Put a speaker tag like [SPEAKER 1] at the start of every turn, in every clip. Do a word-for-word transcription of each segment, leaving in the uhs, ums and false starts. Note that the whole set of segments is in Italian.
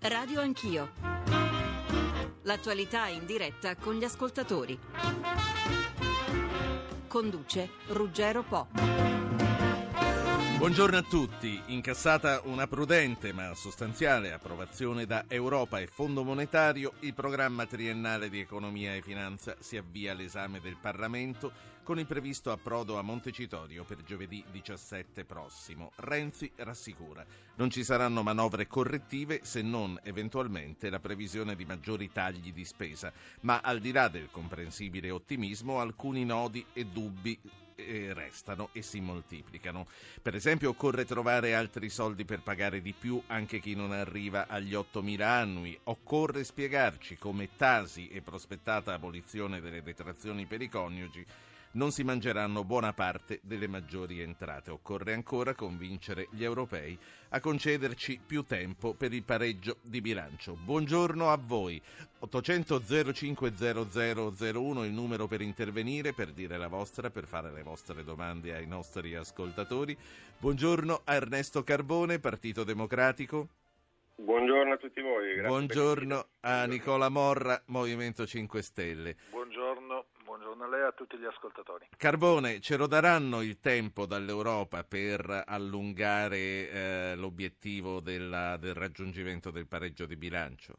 [SPEAKER 1] Radio Anch'io. L'attualità in diretta con gli ascoltatori. Conduce Ruggero Po.
[SPEAKER 2] Buongiorno a tutti. Incassata una prudente ma sostanziale approvazione da Europa e Fondo Monetario, il programma triennale di economia e finanza si avvia all'esame del Parlamento con il previsto approdo a Montecitorio per giovedì diciassette prossimo. Renzi rassicura: non ci saranno manovre correttive se non eventualmente la previsione di maggiori tagli di spesa, ma al di là del comprensibile ottimismo alcuni nodi e dubbi Eh, restano e si moltiplicano. Per esempio, occorre trovare altri soldi per pagare di più anche chi non arriva agli ottomila annui. Occorre spiegarci come Tasi e prospettata abolizione delle detrazioni per i coniugi non si mangeranno buona parte delle maggiori entrate. Occorre ancora convincere gli europei a concederci più tempo per il pareggio di bilancio. Buongiorno a voi. ottocento zero cinque zero zero zero uno il numero per intervenire, per dire la vostra, per fare le vostre domande ai nostri ascoltatori. Buongiorno a Ernesto Carbone, Partito Democratico.
[SPEAKER 3] Buongiorno a tutti voi. Grazie.
[SPEAKER 2] Buongiorno a Nicola Morra, Movimento cinque Stelle.
[SPEAKER 4] Buongiorno, buongiorno a lei e a tutti gli ascoltatori.
[SPEAKER 2] Carbone, ce lo daranno il tempo dall'Europa per allungare eh, l'obiettivo della, del raggiungimento del pareggio di bilancio?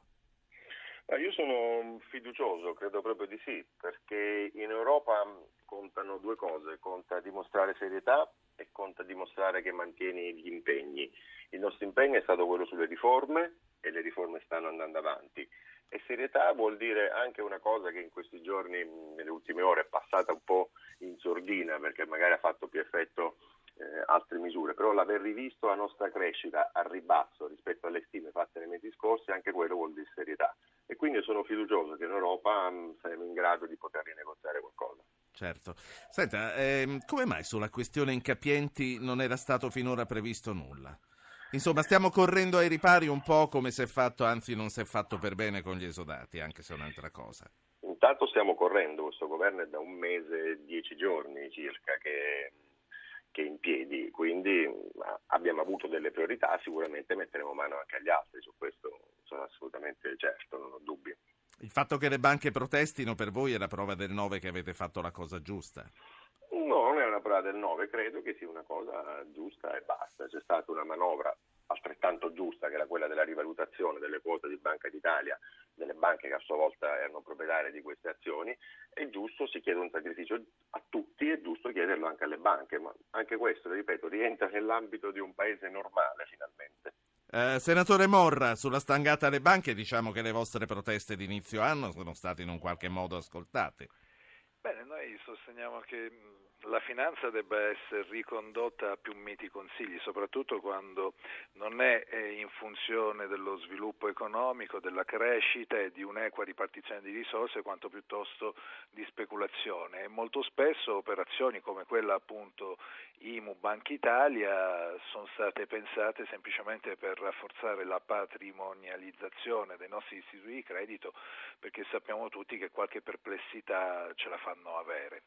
[SPEAKER 3] Io sono fiducioso, credo proprio di sì, perché in Europa contano due cose: conta dimostrare serietà e conta dimostrare che mantieni gli impegni. Il nostro impegno è stato quello sulle riforme e le riforme stanno andando avanti. E serietà vuol dire anche una cosa che in questi giorni, nelle ultime ore, è passata un po' in sordina perché magari ha fatto più effetto eh, altre misure, però l'aver rivisto la nostra crescita a ribasso rispetto alle stime fatte nei mesi scorsi, anche quello vuol dire serietà. E quindi sono fiducioso che in Europa mh, saremo in grado di poter rinegoziare qualcosa.
[SPEAKER 2] Certo. Senta, ehm, come mai sulla questione incapienti non era stato finora previsto nulla? Insomma, stiamo correndo ai ripari un po' come si è fatto, anzi non si è fatto per bene con gli esodati, anche se è un'altra cosa.
[SPEAKER 3] Intanto stiamo correndo, questo governo è da un mese e dieci giorni circa che, che è in piedi, quindi abbiamo avuto delle priorità, sicuramente metteremo mano anche agli altri, su questo sono assolutamente certo, non ho dubbi.
[SPEAKER 2] Il fatto che le banche protestino per voi è la prova del nove che avete fatto la cosa giusta?
[SPEAKER 3] No, non è una prova del nove, credo che sia una cosa giusta e basta. C'è stata una manovra altrettanto giusta, che era quella della rivalutazione delle quote di Banca d'Italia, delle banche che a sua volta erano proprietarie di queste azioni. È giusto, si chiede un sacrificio a tutti, è giusto chiederlo anche alle banche, ma anche questo, ripeto, rientra nell'ambito di un paese normale finalmente.
[SPEAKER 2] Eh, senatore Morra, sulla stangata alle banche diciamo che le vostre proteste di inizio anno sono state in un qualche modo ascoltate.
[SPEAKER 4] Bene, noi sosteniamo che la finanza debba essere ricondotta a più miti consigli, soprattutto quando non è in funzione dello sviluppo economico, della crescita e di un'equa ripartizione di risorse, quanto piuttosto di speculazione. E molto spesso operazioni come quella appunto I M U Banca Italia sono state pensate semplicemente per rafforzare la patrimonializzazione dei nostri istituti di credito, perché sappiamo tutti che qualche perplessità ce la fanno avere.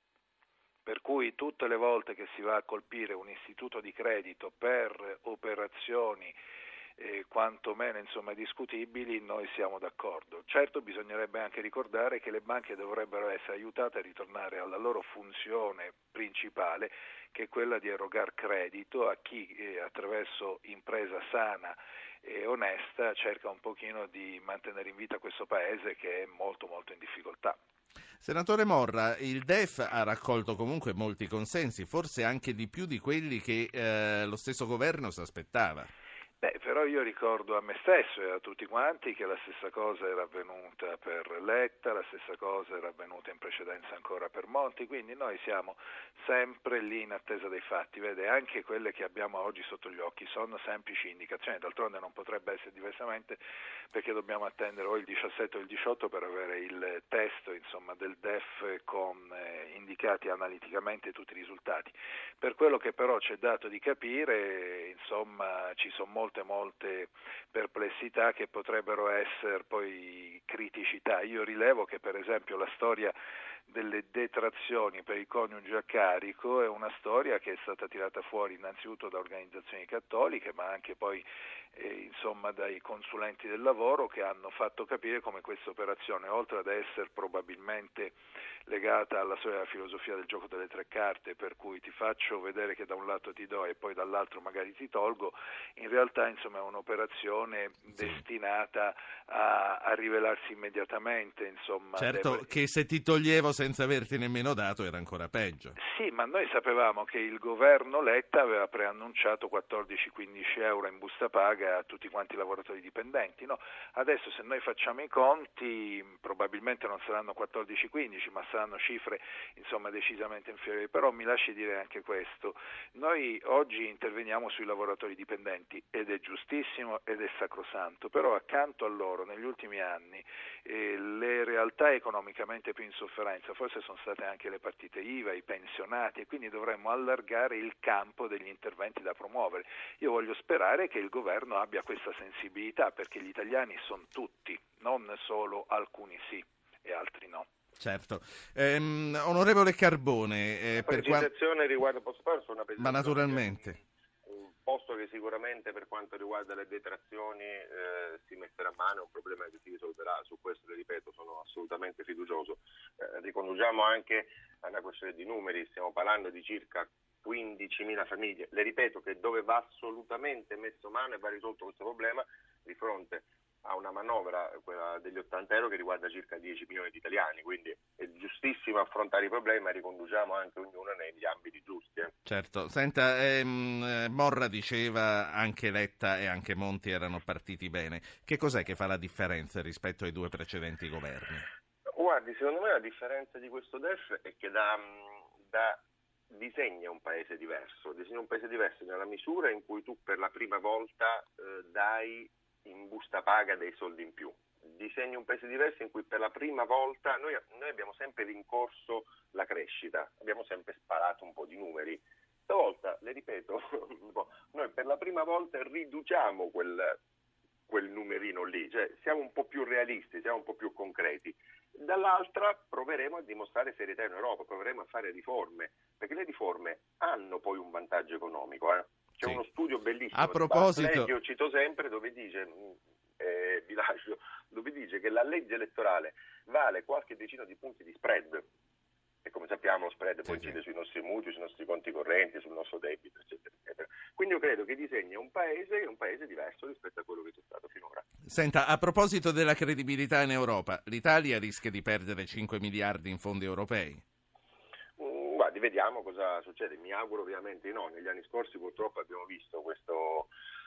[SPEAKER 4] Per cui tutte le volte che si va a colpire un istituto di credito per operazioni eh, quantomeno insomma discutibili, noi siamo d'accordo. Certo, bisognerebbe anche ricordare che le banche dovrebbero essere aiutate a ritornare alla loro funzione principale, che è quella di erogare credito a chi eh, attraverso impresa sana e onesta cerca un pochino di mantenere in vita questo paese che è molto molto in difficoltà.
[SPEAKER 2] Senatore Morra, il D E F ha raccolto comunque molti consensi, forse anche di più di quelli che eh, lo stesso governo si aspettava.
[SPEAKER 4] Beh, però io ricordo a me stesso e a tutti quanti che la stessa cosa era avvenuta per Letta, la stessa cosa era avvenuta in precedenza ancora per Monti, quindi noi siamo sempre lì in attesa dei fatti. Vede, anche quelle che abbiamo oggi sotto gli occhi sono semplici indicazioni, d'altronde non potrebbe essere diversamente, perché dobbiamo attendere o il diciassette o il diciotto per avere il testo insomma, del D E F con eh, indicati analiticamente tutti i risultati. Per quello che però c'è dato di capire, insomma, ci sono molte molte perplessità che potrebbero essere poi criticità. Io rilevo che per esempio la storia delle detrazioni per i coniugi a carico è una storia che è stata tirata fuori innanzitutto da organizzazioni cattoliche, ma anche poi eh, insomma dai consulenti del lavoro, che hanno fatto capire come questa operazione, oltre ad essere probabilmente legata alla sua filosofia del gioco delle tre carte, per cui ti faccio vedere che da un lato ti do e poi dall'altro magari ti tolgo, in realtà insomma è un'operazione
[SPEAKER 2] sì.
[SPEAKER 4] destinata a, a rivelarsi immediatamente, insomma.
[SPEAKER 2] Certo
[SPEAKER 4] deve...
[SPEAKER 2] che se ti toglievo senza averti nemmeno dato era ancora peggio.
[SPEAKER 4] Sì, ma noi sapevamo che il governo Letta aveva preannunciato quattordici quindici euro in busta paga a tutti quanti i lavoratori dipendenti, no? Adesso se noi facciamo i conti probabilmente non saranno quattordici quindici, ma saranno cifre insomma decisamente inferiori. Però mi lasci dire anche questo: noi oggi interveniamo sui lavoratori dipendenti ed è giustissimo ed è sacrosanto, però accanto a loro negli ultimi anni eh, le realtà economicamente più in sofferenza forse sono state anche le partite I V A, i pensionati, e quindi dovremmo allargare il campo degli interventi da promuovere. Io voglio sperare che il governo abbia questa sensibilità, perché gli italiani sono tutti, non solo alcuni sì e altri no.
[SPEAKER 2] Certo. Ehm, onorevole Carbone, eh,
[SPEAKER 3] una
[SPEAKER 2] per
[SPEAKER 3] precisazione
[SPEAKER 2] qua...
[SPEAKER 3] riguardo, posso fare su una
[SPEAKER 2] Ma naturalmente.
[SPEAKER 3] Posto che sicuramente per quanto riguarda le detrazioni eh, si metterà mano, è un problema che si risolverà, su questo le ripeto sono assolutamente fiducioso. Eh, riconduciamo anche a una questione di numeri, stiamo parlando di circa quindicimila famiglie, le ripeto che dove va assolutamente messo mano e va risolto questo problema di fronte a una manovra, quella degli ottanta euro, che riguarda circa dieci milioni di italiani, quindi è giustissimo affrontare i problemi, ma riconduciamo anche ognuno negli ambiti giusti. Eh.
[SPEAKER 2] Certo, senta, ehm, Morra diceva anche Letta e anche Monti erano partiti bene. Che cos'è che fa la differenza rispetto ai due precedenti governi?
[SPEAKER 3] Guardi, secondo me la differenza di questo D E F è che da, da disegna un paese diverso, disegna un paese diverso nella misura in cui tu per la prima volta eh, dai in busta paga dei soldi in più, disegni un paese diverso in cui per la prima volta noi, noi abbiamo sempre rincorso la crescita, abbiamo sempre sparato un po' di numeri. Stavolta, le ripeto, noi per la prima volta riduciamo quel, quel numerino lì, cioè siamo un po' più realisti, siamo un po' più concreti. Dall'altra proveremo a dimostrare serietà in Europa, proveremo a fare riforme, perché le riforme hanno poi un vantaggio economico, eh? C'è sì. uno studio bellissimo,
[SPEAKER 2] a proposito,
[SPEAKER 3] che io cito sempre, dove dice, eh, vi lascio, dove dice che la legge elettorale vale qualche decina di punti di spread, e come sappiamo lo spread poi
[SPEAKER 2] sì,
[SPEAKER 3] incide
[SPEAKER 2] sì.
[SPEAKER 3] sui nostri mutui, sui nostri conti correnti, sul nostro debito, eccetera, eccetera. Quindi io credo che disegna un paese, un paese diverso rispetto a quello che c'è stato finora.
[SPEAKER 2] Senta, a proposito della credibilità in Europa, l'Italia rischia di perdere cinque miliardi in fondi europei?
[SPEAKER 3] Guardi, vediamo cosa succede. Mi auguro ovviamente di no. Negli anni scorsi purtroppo abbiamo visto questo,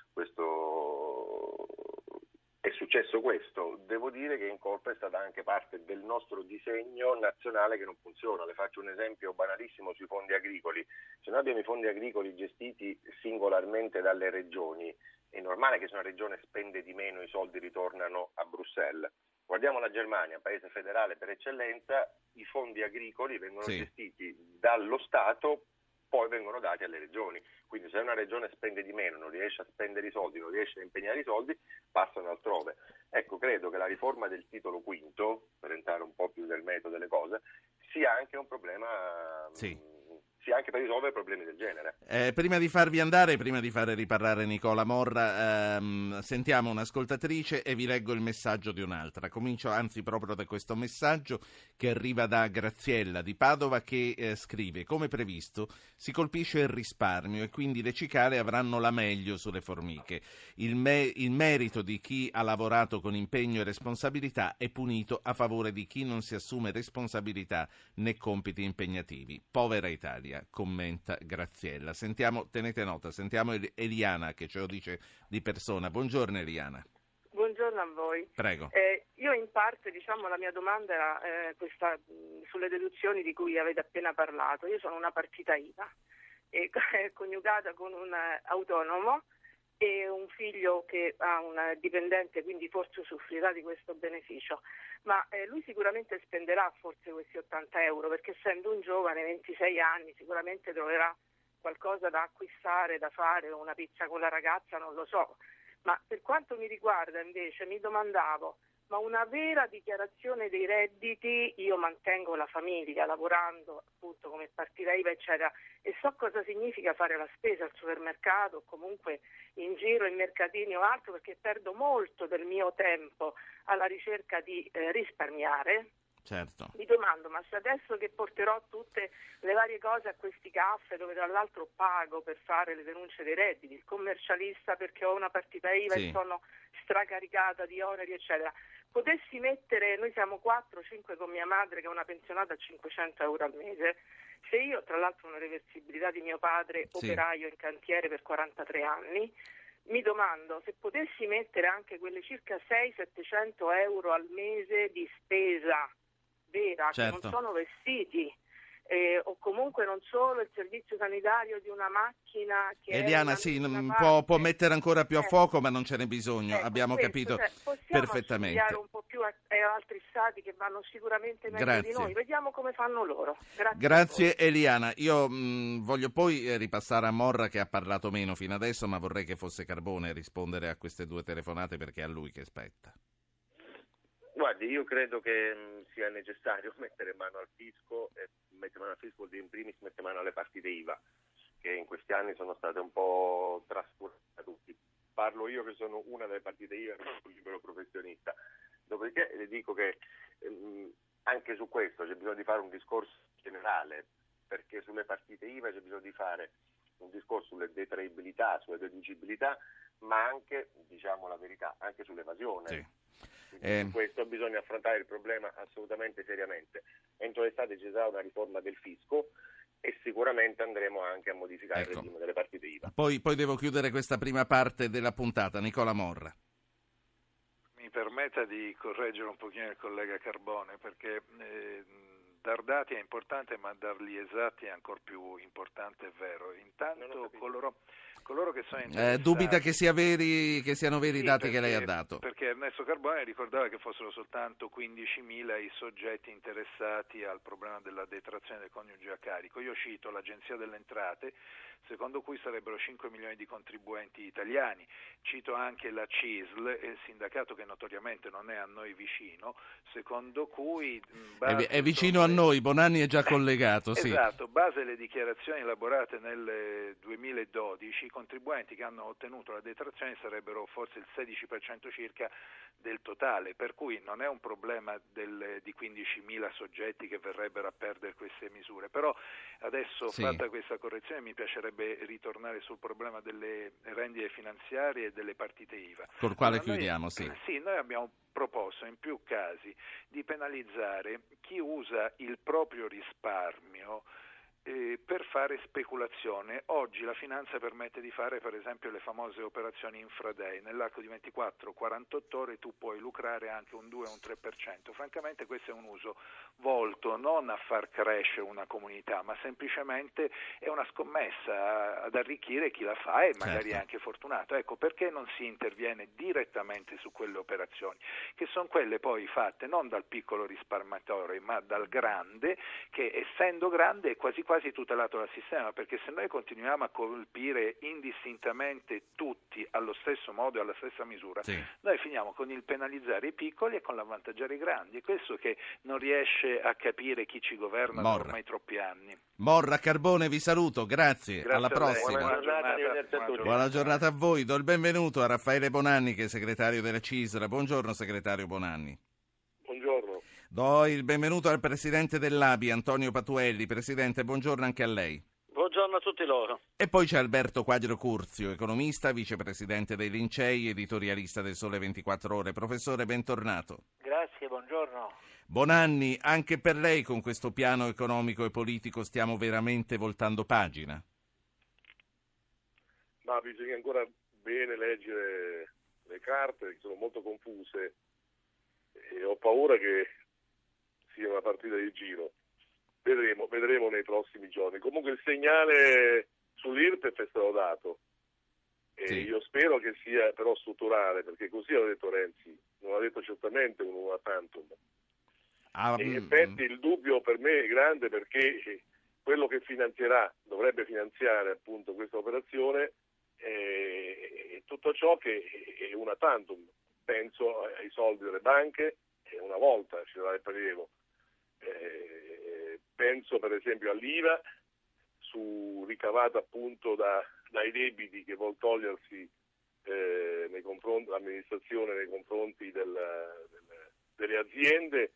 [SPEAKER 3] questo è successo questo. Devo dire che in colpa è stata anche parte del nostro disegno nazionale che non funziona. Le faccio un esempio banalissimo sui fondi agricoli. Se noi abbiamo i fondi agricoli gestiti singolarmente dalle regioni, è normale che se una regione spende di meno i soldi ritornano a Bruxelles. Guardiamo la Germania, paese federale per eccellenza, i fondi agricoli vengono sì. gestiti dallo Stato, poi vengono dati alle regioni. Quindi se una regione spende di meno, non riesce a spendere i soldi, non riesce a impegnare i soldi, passano altrove. Ecco, credo che la riforma del titolo quinto, per entrare un po' più nel metodo delle cose, sia anche un problema...
[SPEAKER 2] Sì.
[SPEAKER 3] sia anche per risolvere problemi del genere.
[SPEAKER 2] Eh, prima di farvi andare, prima di fare riparlare Nicola Morra, ehm, sentiamo un'ascoltatrice e vi leggo il messaggio di un'altra. Comincio anzi proprio da questo messaggio che arriva da Graziella di Padova, che eh, scrive: come previsto si colpisce il risparmio e quindi le cicale avranno la meglio sulle formiche. Il, me- il merito di chi ha lavorato con impegno e responsabilità è punito a favore di chi non si assume responsabilità né compiti impegnativi. Povera Italia, commenta Graziella. Sentiamo, tenete nota, sentiamo Eliana che ce lo dice di persona. Buongiorno Eliana.
[SPEAKER 5] Buongiorno a voi.
[SPEAKER 2] Prego.
[SPEAKER 5] Eh, io in parte, diciamo, la mia domanda era eh, questa, mh, sulle deduzioni di cui avete appena parlato. Io sono una partita I V A, e, coniugata con un autonomo e un figlio che ha un dipendente, quindi forse soffrirà di questo beneficio. Ma eh, lui sicuramente spenderà forse questi ottanta euro, perché essendo un giovane, ventisei anni, sicuramente troverà qualcosa da acquistare, da fare, una pizza con la ragazza, non lo so. Ma per quanto mi riguarda invece mi domandavo, ma una vera dichiarazione dei redditi. Io mantengo la famiglia lavorando appunto come partita I V A eccetera, e so cosa significa fare la spesa al supermercato o comunque in giro in mercatini o altro, perché perdo molto del mio tempo alla ricerca di eh, risparmiare.
[SPEAKER 2] Certo.
[SPEAKER 5] Mi domando, ma se adesso che porterò tutte le varie cose a questi caffè, dove tra l'altro pago per fare le denunce dei redditi, il commercialista perché ho una partita I V A
[SPEAKER 2] Sì.
[SPEAKER 5] e sono stracaricata di oneri eccetera, potessi mettere, noi siamo quattro cinque con mia madre che è una pensionata a cinquecento euro al mese, se io tra l'altro ho una reversibilità di mio padre,
[SPEAKER 2] Sì.
[SPEAKER 5] operaio in cantiere per quarantatré anni, mi domando se potessi mettere anche quelle circa seicento settecento euro al mese di spesa vera,
[SPEAKER 2] Certo.
[SPEAKER 5] che non sono vestiti, eh, o comunque non solo il servizio sanitario di una macchina che
[SPEAKER 2] Eliana,
[SPEAKER 5] è
[SPEAKER 2] sì,
[SPEAKER 5] una,
[SPEAKER 2] n-
[SPEAKER 5] una
[SPEAKER 2] può, può
[SPEAKER 5] parte.
[SPEAKER 2] mettere ancora più a
[SPEAKER 5] Eh,
[SPEAKER 2] fuoco, ma non ce n'è bisogno,
[SPEAKER 5] ecco,
[SPEAKER 2] abbiamo
[SPEAKER 5] questo,
[SPEAKER 2] capito
[SPEAKER 5] cioè, possiamo
[SPEAKER 2] perfettamente.
[SPEAKER 5] assomigliare un po' più a, a altri stati che vanno sicuramente meglio
[SPEAKER 2] Grazie.
[SPEAKER 5] di noi, vediamo come fanno loro. Grazie,
[SPEAKER 2] Grazie Eliana, io mh, voglio poi eh, ripassare a Morra che ha parlato meno fino adesso, ma vorrei che fosse Carbone a rispondere a queste due telefonate perché è a lui che spetta.
[SPEAKER 3] Guardi, io credo che mh, sia necessario mettere mano al fisco, e mettere mano al fisco vuol dire in primis mettere mano alle partite I V A, che in questi anni sono state un po' trascurate da tutti. Parlo io che sono una delle partite I V A, non un libero professionista. Dopodiché le dico che mh, anche su questo c'è bisogno di fare un discorso generale, perché sulle partite I V A c'è bisogno di fare un discorso sulle detraibilità, sulle deducibilità, ma anche, diciamo la verità, anche sull'evasione.
[SPEAKER 2] Sì.
[SPEAKER 3] Eh,
[SPEAKER 2] Eh,
[SPEAKER 3] questo bisogna affrontare il problema assolutamente seriamente. Entro l'estate ci sarà una riforma del fisco e sicuramente andremo anche a modificare
[SPEAKER 2] ecco.
[SPEAKER 3] il regime delle partite I V A.
[SPEAKER 2] Poi, poi devo chiudere questa prima parte della puntata. Nicola Morra.
[SPEAKER 4] Mi permetta di correggere un pochino il collega Carbone, perché eh, dar dati è importante, ma darli esatti è ancora più importante, è vero. Intanto coloro, coloro che sono interessati...
[SPEAKER 2] Eh, dubita che, sia veri, che siano veri i
[SPEAKER 4] Sì,
[SPEAKER 2] dati
[SPEAKER 4] perché,
[SPEAKER 2] che lei ha dato.
[SPEAKER 4] Perché Ernesto Carbone ricordava che fossero soltanto quindicimila i soggetti interessati al problema della detrazione del coniuge a carico. Io cito l'Agenzia delle Entrate, secondo cui sarebbero cinque milioni di contribuenti italiani. Cito anche la C I S L, il sindacato che notoriamente non è a noi vicino, secondo cui...
[SPEAKER 2] È, è vicino a noi, Bonanni è già collegato. Sì.
[SPEAKER 4] Esatto, base le dichiarazioni elaborate nel duemiladodici, i contribuenti che hanno ottenuto la detrazione sarebbero forse il sedici per cento circa del totale, per cui non è un problema del, di quindicimila soggetti che verrebbero a perdere queste misure. Però adesso,
[SPEAKER 2] sì.
[SPEAKER 4] fatta questa correzione, mi piacerebbe ritornare sul problema delle rendite finanziarie e delle partite I V A.
[SPEAKER 2] Col quale
[SPEAKER 4] allora,
[SPEAKER 2] chiudiamo,
[SPEAKER 4] noi,
[SPEAKER 2] sì.
[SPEAKER 4] Sì, noi abbiamo proposto in più casi di penalizzare chi usa il proprio risparmio eh, per fare speculazione. Oggi la finanza permette di fare per esempio le famose operazioni infraday, nell'arco di ventiquattro quarantotto ore tu puoi lucrare anche un due o un tre per cento. Francamente questo è un uso volto non a far crescere una comunità, ma semplicemente è una scommessa ad arricchire chi la fa e magari
[SPEAKER 2] certo.
[SPEAKER 4] è anche fortunato. Ecco, perché non si interviene direttamente su quelle operazioni, che sono quelle poi fatte non dal piccolo risparmiatore ma dal grande, che essendo grande è quasi quasi tutelato dal sistema, perché se noi continuiamo a colpire indistintamente tutti allo stesso modo e alla stessa misura,
[SPEAKER 2] sì.
[SPEAKER 4] noi finiamo con il penalizzare i piccoli e con l'avvantaggiare i grandi, e questo che non riesce a capire chi ci governa
[SPEAKER 2] Morra.
[SPEAKER 4] da ormai troppi anni.
[SPEAKER 2] Morra, Carbone, vi saluto, grazie,
[SPEAKER 4] Grazie
[SPEAKER 2] alla
[SPEAKER 4] a lei.
[SPEAKER 2] prossima.
[SPEAKER 3] Buona giornata, arrivederci a tutti.
[SPEAKER 2] Buona giornata a voi, do il benvenuto a Raffaele Bonanni che è segretario della C I S L. Buongiorno segretario Bonanni.
[SPEAKER 3] Buongiorno.
[SPEAKER 2] Do il benvenuto al presidente dell'A B I, Antonio Patuelli. Presidente, buongiorno anche a lei.
[SPEAKER 6] Buongiorno a tutti loro.
[SPEAKER 2] E poi c'è Alberto Quadro Curzio, economista, vicepresidente dei Lincei, editorialista del Sole ventiquattro Ore. Professore, bentornato.
[SPEAKER 6] Grazie, buongiorno.
[SPEAKER 2] Bonanni, anche per lei con questo piano economico e politico stiamo veramente voltando pagina?
[SPEAKER 7] Ma bisogna ancora bene leggere le carte, che sono molto confuse, e ho paura che sia una partita di giro. Vedremo, vedremo nei prossimi giorni. Comunque il segnale sull'I R P E F è stato dato e
[SPEAKER 2] sì.
[SPEAKER 7] io spero che sia però strutturale, perché così ha detto Renzi, non ha detto certamente un una tantum.
[SPEAKER 2] Ah,
[SPEAKER 7] e in
[SPEAKER 2] mm,
[SPEAKER 7] effetti il dubbio per me è grande, perché quello che finanzierà, dovrebbe finanziare appunto questa operazione, è tutto ciò che è una tantum. penso ai soldi delle banche, e una volta ci sarà il prelievo, eh, penso per esempio all'I V A su ricavata appunto da, dai debiti che vuol togliersi eh, nei confronti l'amministrazione nei confronti del, del, delle aziende,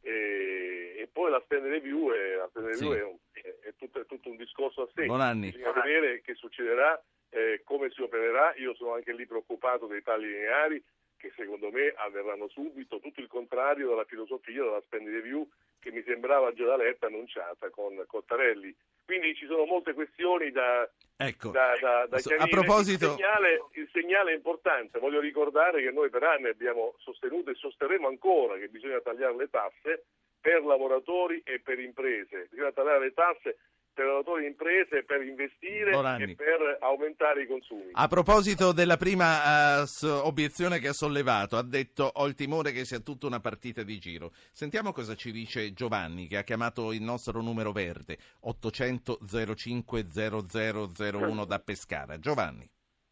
[SPEAKER 7] e, e poi la spend review, è, la spend review
[SPEAKER 2] sì.
[SPEAKER 7] è, un, è, è, tutto, è tutto un discorso a sé.
[SPEAKER 2] Bonanni.
[SPEAKER 7] Bisogna vedere che succederà, eh, come si opererà. Io sono anche lì preoccupato dei tagli lineari che secondo me avverranno subito, tutto il contrario della filosofia della spend review che mi sembrava già da Letta annunciata con Cottarelli. Quindi ci sono molte questioni da,
[SPEAKER 2] ecco.
[SPEAKER 7] da, da, da chiarire.
[SPEAKER 2] A proposito...
[SPEAKER 7] il, segnale, il segnale è importante. Voglio ricordare che noi per anni abbiamo sostenuto e sosterremo ancora che bisogna tagliare le tasse per lavoratori e per imprese. Bisogna tagliare le tasse per lavoratori e imprese, per investire
[SPEAKER 2] Bonanni.
[SPEAKER 7] e per aumentare i consumi.
[SPEAKER 2] A proposito della prima uh, obiezione che ha sollevato, ha detto: ho il timore che sia tutta una partita di giro. Sentiamo cosa ci dice Giovanni, che ha chiamato il nostro numero verde ottocento zero cinque zero zero zero uno da Pescara. Giovanni.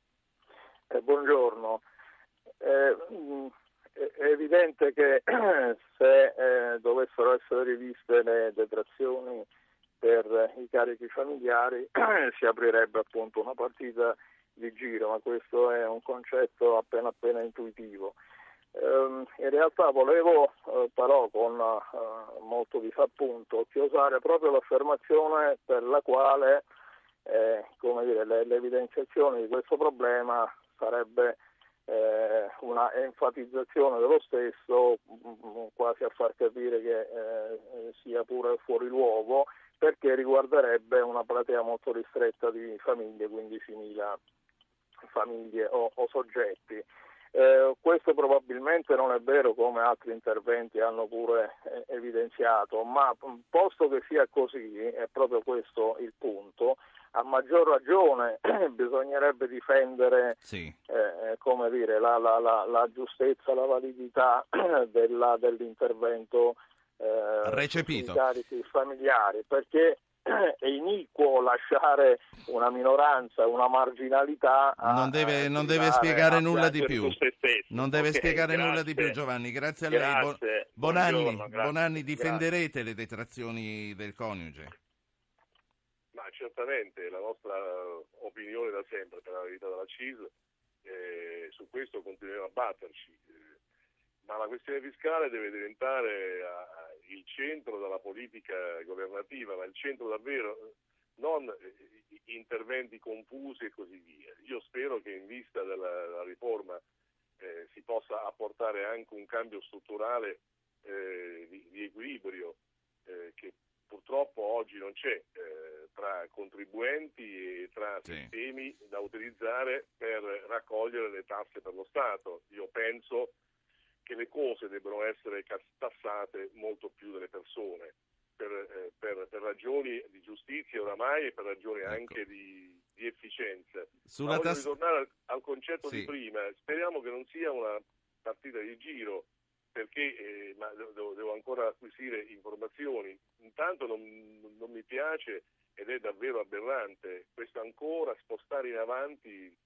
[SPEAKER 8] Eh, buongiorno. Eh, è evidente che se eh, dovessero essere riviste le detrazioni per i carichi familiari si aprirebbe appunto una partita di giro, ma questo è un concetto appena appena intuitivo. Um, in realtà volevo uh, però con uh, molto disappunto chiosare proprio l'affermazione per la quale eh, come dire, le, l'evidenziazione di questo problema sarebbe eh, una enfatizzazione dello stesso, mh, quasi a far capire che eh, sia pure fuori luogo, perché riguarderebbe una platea molto ristretta di famiglie, quindicimila famiglie o, o soggetti. Eh, questo probabilmente non è vero, come altri interventi hanno pure eh, evidenziato, ma posto che sia così, è proprio questo il punto, a maggior ragione bisognerebbe difendere
[SPEAKER 2] sì.
[SPEAKER 8] eh, come dire, la, la, la, la giustezza, la validità della, dell'intervento Eh,
[SPEAKER 2] recepito.
[SPEAKER 8] sui carichi familiari, perché è iniquo lasciare una minoranza, una marginalità a,
[SPEAKER 2] non deve, non deve
[SPEAKER 8] spiegare
[SPEAKER 2] spiegare nulla di più non deve
[SPEAKER 7] okay,
[SPEAKER 2] spiegare
[SPEAKER 7] grazie.
[SPEAKER 2] nulla di più Giovanni, grazie a
[SPEAKER 7] grazie.
[SPEAKER 2] lei. Bonanni,
[SPEAKER 7] Buongiorno,
[SPEAKER 2] Bonanni, difenderete grazie. le detrazioni del coniuge?
[SPEAKER 7] Ma certamente la nostra opinione da sempre per la verità della C I S, eh, su questo continueremo a batterci, eh, ma la questione fiscale deve diventare a, il centro della politica governativa, ma il centro davvero, non interventi confusi e così via. Io spero che in vista della, della riforma eh, si possa apportare anche un cambio strutturale eh, di, di equilibrio eh, che purtroppo oggi non c'è eh, tra contribuenti e tra
[SPEAKER 2] sì.
[SPEAKER 7] sistemi da utilizzare per raccogliere le tasse per lo Stato. Io penso che le cose debbano essere tassate molto più delle persone per, eh, per, per ragioni di giustizia oramai e per ragioni ecco. anche di, di efficienza.
[SPEAKER 2] Sulla
[SPEAKER 7] Ma voglio
[SPEAKER 2] tass-
[SPEAKER 7] ritornare al, al concetto
[SPEAKER 2] sì.
[SPEAKER 7] di prima. Speriamo che non sia una partita di giro, perché eh, ma devo, devo ancora acquisire informazioni. Intanto non, non mi piace, ed è davvero aberrante, questo ancora spostare in avanti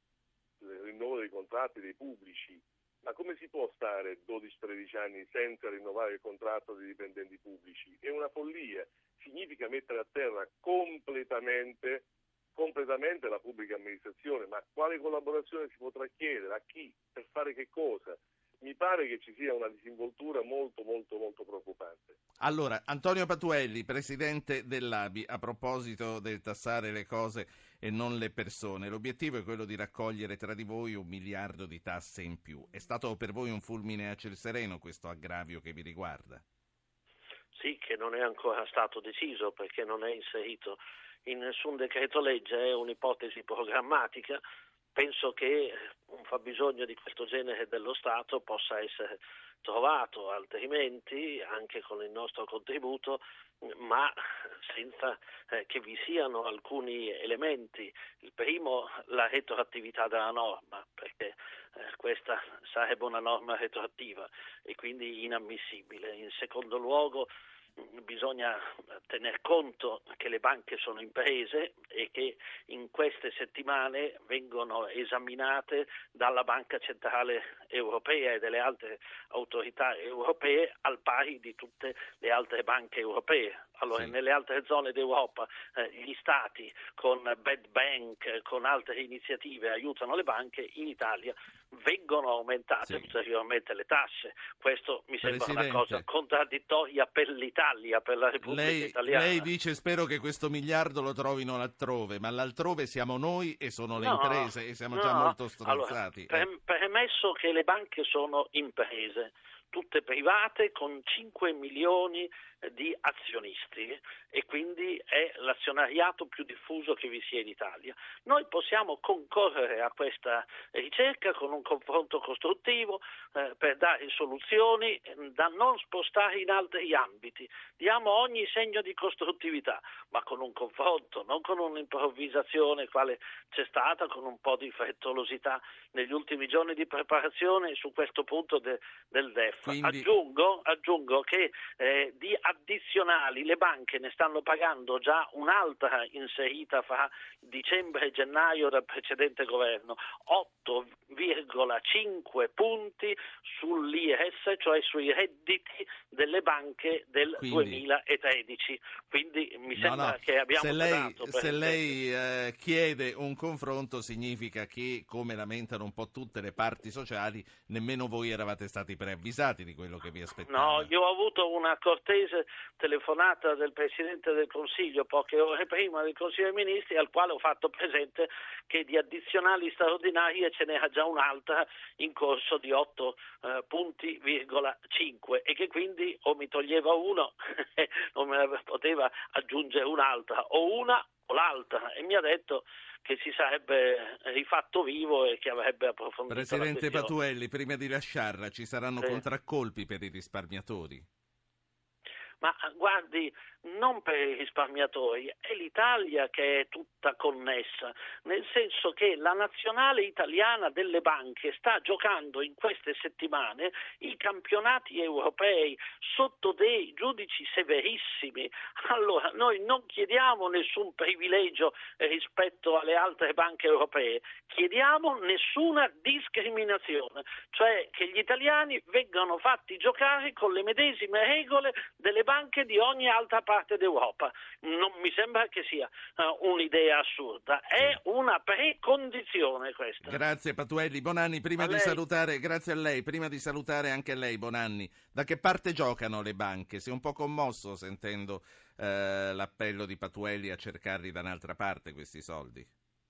[SPEAKER 7] il rinnovo dei contratti dei pubblici. Ma come si può stare dodici tredici anni senza rinnovare il contratto dei dipendenti pubblici? È una follia. Significa mettere a terra completamente, completamente la pubblica amministrazione. Ma quale collaborazione si potrà chiedere? A chi? Per fare che cosa? Mi pare che ci sia una disinvoltura molto, molto, molto preoccupante.
[SPEAKER 2] Allora, Antonio Patuelli, presidente dell'A B I, a proposito del tassare le cose e non le persone, l'obiettivo è quello di raccogliere tra di voi un miliardo di tasse in più. È stato per voi un fulmine a ciel sereno questo aggravio che vi riguarda?
[SPEAKER 6] Sì, che non è ancora stato deciso perché non è inserito in nessun decreto legge, è un'ipotesi programmatica. Penso che un fabbisogno di questo genere dello Stato possa essere trovato, altrimenti anche con il nostro contributo, ma senza eh, che vi siano alcuni elementi. Il primo, la retroattività della norma, perché eh, questa sarebbe una norma retroattiva e quindi inammissibile. In secondo luogo, bisogna tener conto che le banche sono imprese e che in queste settimane vengono esaminate dalla Banca Centrale europea e delle altre autorità europee al pari di tutte le altre banche europee. Allora, sì. Nelle altre zone d'Europa eh, gli stati con bad bank, con altre iniziative aiutano le banche, in Italia vengono aumentate sì. ulteriormente le tasse. Questo mi sembra
[SPEAKER 2] Presidente,
[SPEAKER 6] una cosa contraddittoria per l'Italia, per la Repubblica
[SPEAKER 2] lei,
[SPEAKER 6] Italiana.
[SPEAKER 2] Lei dice spero che questo miliardo lo trovino altrove, ma l'altrove siamo noi e sono le
[SPEAKER 6] no,
[SPEAKER 2] imprese e siamo
[SPEAKER 6] no.
[SPEAKER 2] già molto strozzati.
[SPEAKER 6] Allora,
[SPEAKER 2] eh.
[SPEAKER 6] premesso che le banche sono imprese, tutte private con cinque milioni di azionisti e quindi è l'azionariato più diffuso che vi sia in Italia. Noi possiamo concorrere a questa ricerca con un confronto costruttivo eh, per dare soluzioni da non spostare in altri ambiti. Diamo ogni segno di costruttività, ma con un confronto, non con un'improvvisazione quale c'è stata, con un po' di frettolosità negli ultimi giorni di preparazione su questo punto de, del D E F.
[SPEAKER 2] Quindi...
[SPEAKER 6] Aggiungo, aggiungo che eh, di addizionali le banche ne stanno pagando già un'altra inserita fra dicembre e gennaio del precedente governo, otto virgola cinque punti sull'I R E S, cioè sui redditi delle banche del
[SPEAKER 2] Quindi...
[SPEAKER 6] duemilatredici. Quindi mi
[SPEAKER 2] no,
[SPEAKER 6] sembra
[SPEAKER 2] no.
[SPEAKER 6] che abbiamo
[SPEAKER 2] se lei,
[SPEAKER 6] dato,
[SPEAKER 2] se lei eh, chiede un confronto significa che, come lamentano un po' tutte le parti sociali, nemmeno voi eravate stati preavvisati di quello che vi aspettava.
[SPEAKER 6] No, io ho avuto una cortese telefonata del Presidente del Consiglio poche ore prima del Consiglio dei Ministri, al quale ho fatto presente che di addizionali straordinarie ce n'era già un'altra in corso di otto eh, punti virgola cinque e che quindi o mi toglieva uno o me ne poteva aggiungere un'altra, o una o l'altra, e mi ha detto che si sarebbe rifatto vivo e che avrebbe approfondito
[SPEAKER 2] Presidente
[SPEAKER 6] la questione.
[SPEAKER 2] Patuelli, prima di lasciarla, ci saranno
[SPEAKER 6] sì.
[SPEAKER 2] contraccolpi per i risparmiatori?
[SPEAKER 6] Ma guardi, non per i risparmiatori, è l'Italia che è tutta connessa, nel senso che la nazionale italiana delle banche sta giocando in queste settimane i campionati europei sotto dei giudici severissimi. Allora, noi non chiediamo nessun privilegio rispetto alle altre banche europee, chiediamo nessuna discriminazione, cioè che gli italiani vengano fatti giocare con le medesime regole delle banche di ogni altra parte d'Europa. Non mi sembra che sia uh, un'idea assurda, è una precondizione questa.
[SPEAKER 2] Grazie Patuelli. Bonanni, prima
[SPEAKER 6] a
[SPEAKER 2] di
[SPEAKER 6] lei.
[SPEAKER 2] salutare, grazie a lei, prima di salutare anche lei Bonanni, da che parte giocano le banche? Si è un po' commosso sentendo eh, l'appello di Patuelli a cercarli da un'altra parte questi soldi.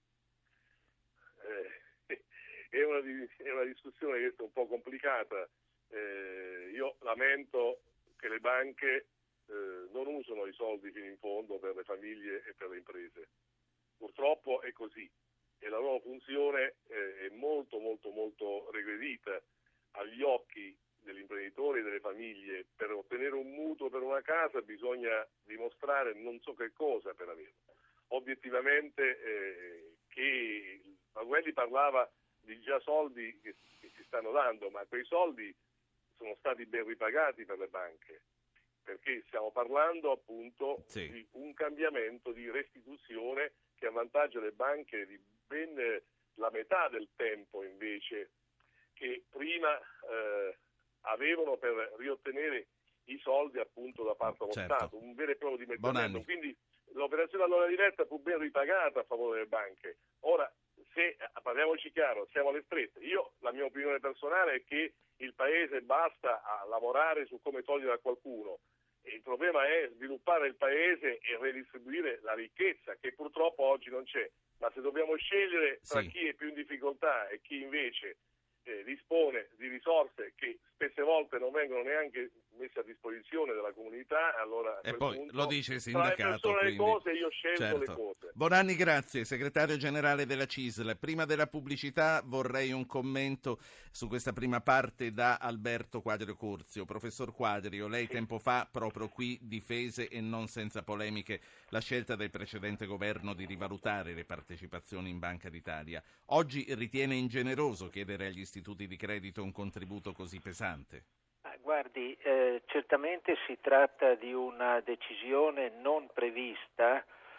[SPEAKER 7] Eh, è, una, è una discussione che è un po' complicata. Eh, io lamento che le banche eh, non usano i soldi fino in fondo per le famiglie e per le imprese. Purtroppo è così e la loro funzione eh, è molto molto molto regredita agli occhi degli imprenditori e delle famiglie. Per ottenere un mutuo per una casa bisogna dimostrare non so che cosa per averlo. Obiettivamente eh, che Patuelli parlava di già soldi che, che si stanno dando, ma quei soldi sono stati ben ripagati per le banche, perché stiamo parlando appunto sì. di un cambiamento di restituzione che avvantaggia le banche di ben la metà del tempo invece che prima eh, avevano per riottenere i soldi appunto da parte dello
[SPEAKER 2] certo.
[SPEAKER 7] Stato, un vero e proprio dimezzamento.
[SPEAKER 2] Bonanni.
[SPEAKER 7] Quindi l'operazione all'ora diretta fu ben ripagata a favore delle banche. Ora, se parliamoci chiaro, siamo alle strette. Io, la mia opinione personale è che il Paese basta a lavorare su come togliere a qualcuno. E il problema è sviluppare il Paese e redistribuire la ricchezza, che purtroppo oggi non c'è. Ma se dobbiamo scegliere tra
[SPEAKER 2] sì.
[SPEAKER 7] chi è più in difficoltà e chi invece eh, dispone di risorse che spesse volte non vengono neanche messe a disposizione della comunità, allora a
[SPEAKER 2] e
[SPEAKER 7] quel
[SPEAKER 2] poi
[SPEAKER 7] punto,
[SPEAKER 2] lo dice il
[SPEAKER 7] tra le
[SPEAKER 2] sindacato,
[SPEAKER 7] persone e le
[SPEAKER 2] quindi...
[SPEAKER 7] cose io scelgo
[SPEAKER 2] certo.
[SPEAKER 7] le cose.
[SPEAKER 2] Bonanni, grazie, segretario generale della C I S L. Prima della pubblicità vorrei un commento su questa prima parte da Alberto Quadrio Curzio. Professor Quadrio, lei tempo fa proprio qui difese e non senza polemiche la scelta del precedente governo di rivalutare le partecipazioni in Banca d'Italia. Oggi ritiene ingeneroso chiedere agli istituti di credito un contributo così pesante?
[SPEAKER 9] Guardi, eh, certamente si tratta di una decisione non prevista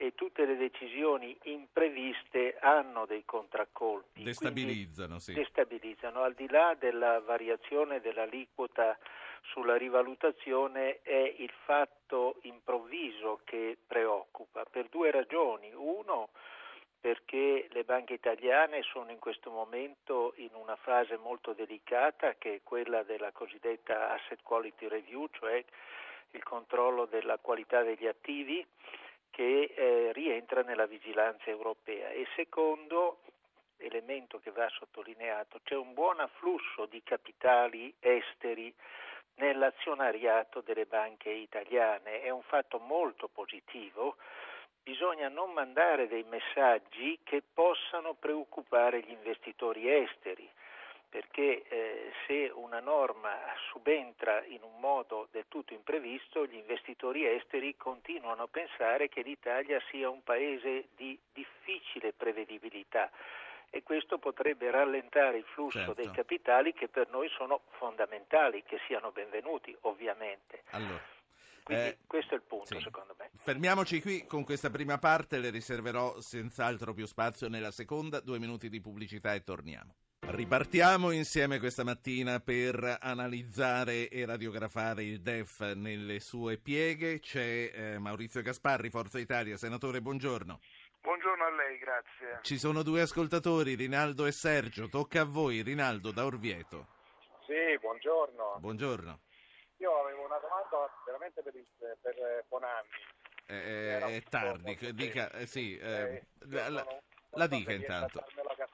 [SPEAKER 9] e tutte le decisioni impreviste hanno dei contraccolpi.
[SPEAKER 2] Destabilizzano, sì.
[SPEAKER 9] Destabilizzano, al di là della variazione dell'aliquota sulla rivalutazione è il fatto improvviso che preoccupa per due ragioni. Uno, perché le banche italiane sono in questo momento in una fase molto delicata, che è quella della cosiddetta asset quality review, cioè il controllo della qualità degli attivi, che eh, rientra nella vigilanza europea. E secondo elemento che va sottolineato, c'è un buon afflusso di capitali esteri nell'azionariato delle banche italiane. È un fatto molto positivo. Bisogna non mandare dei messaggi che possano preoccupare gli investitori esteri, perché eh, se una norma subentra in un modo del tutto imprevisto, gli investitori esteri continuano a pensare che l'Italia sia un paese di difficile prevedibilità e questo potrebbe rallentare il flusso
[SPEAKER 2] certo.
[SPEAKER 9] dei capitali, che per noi sono fondamentali, che siano benvenuti ovviamente.
[SPEAKER 2] Allora,
[SPEAKER 9] Quindi
[SPEAKER 2] eh,
[SPEAKER 9] questo è il punto,
[SPEAKER 2] sì.
[SPEAKER 9] secondo me.
[SPEAKER 2] Fermiamoci qui con questa prima parte, le riserverò senz'altro più spazio nella seconda, due minuti di pubblicità e torniamo. Ripartiamo insieme questa mattina per analizzare e radiografare il D E F nelle sue pieghe. C'è eh, Maurizio Gasparri, Forza Italia. Senatore, buongiorno.
[SPEAKER 10] Buongiorno a lei, grazie.
[SPEAKER 2] Ci sono due ascoltatori, Rinaldo e Sergio. Tocca a voi, Rinaldo da Orvieto.
[SPEAKER 11] Sì, buongiorno.
[SPEAKER 2] Buongiorno.
[SPEAKER 11] Io avevo una domanda veramente per, il, per Bonanni.
[SPEAKER 2] Eh, è tardi, dica, eh, sì, eh, la, la, la dica intanto.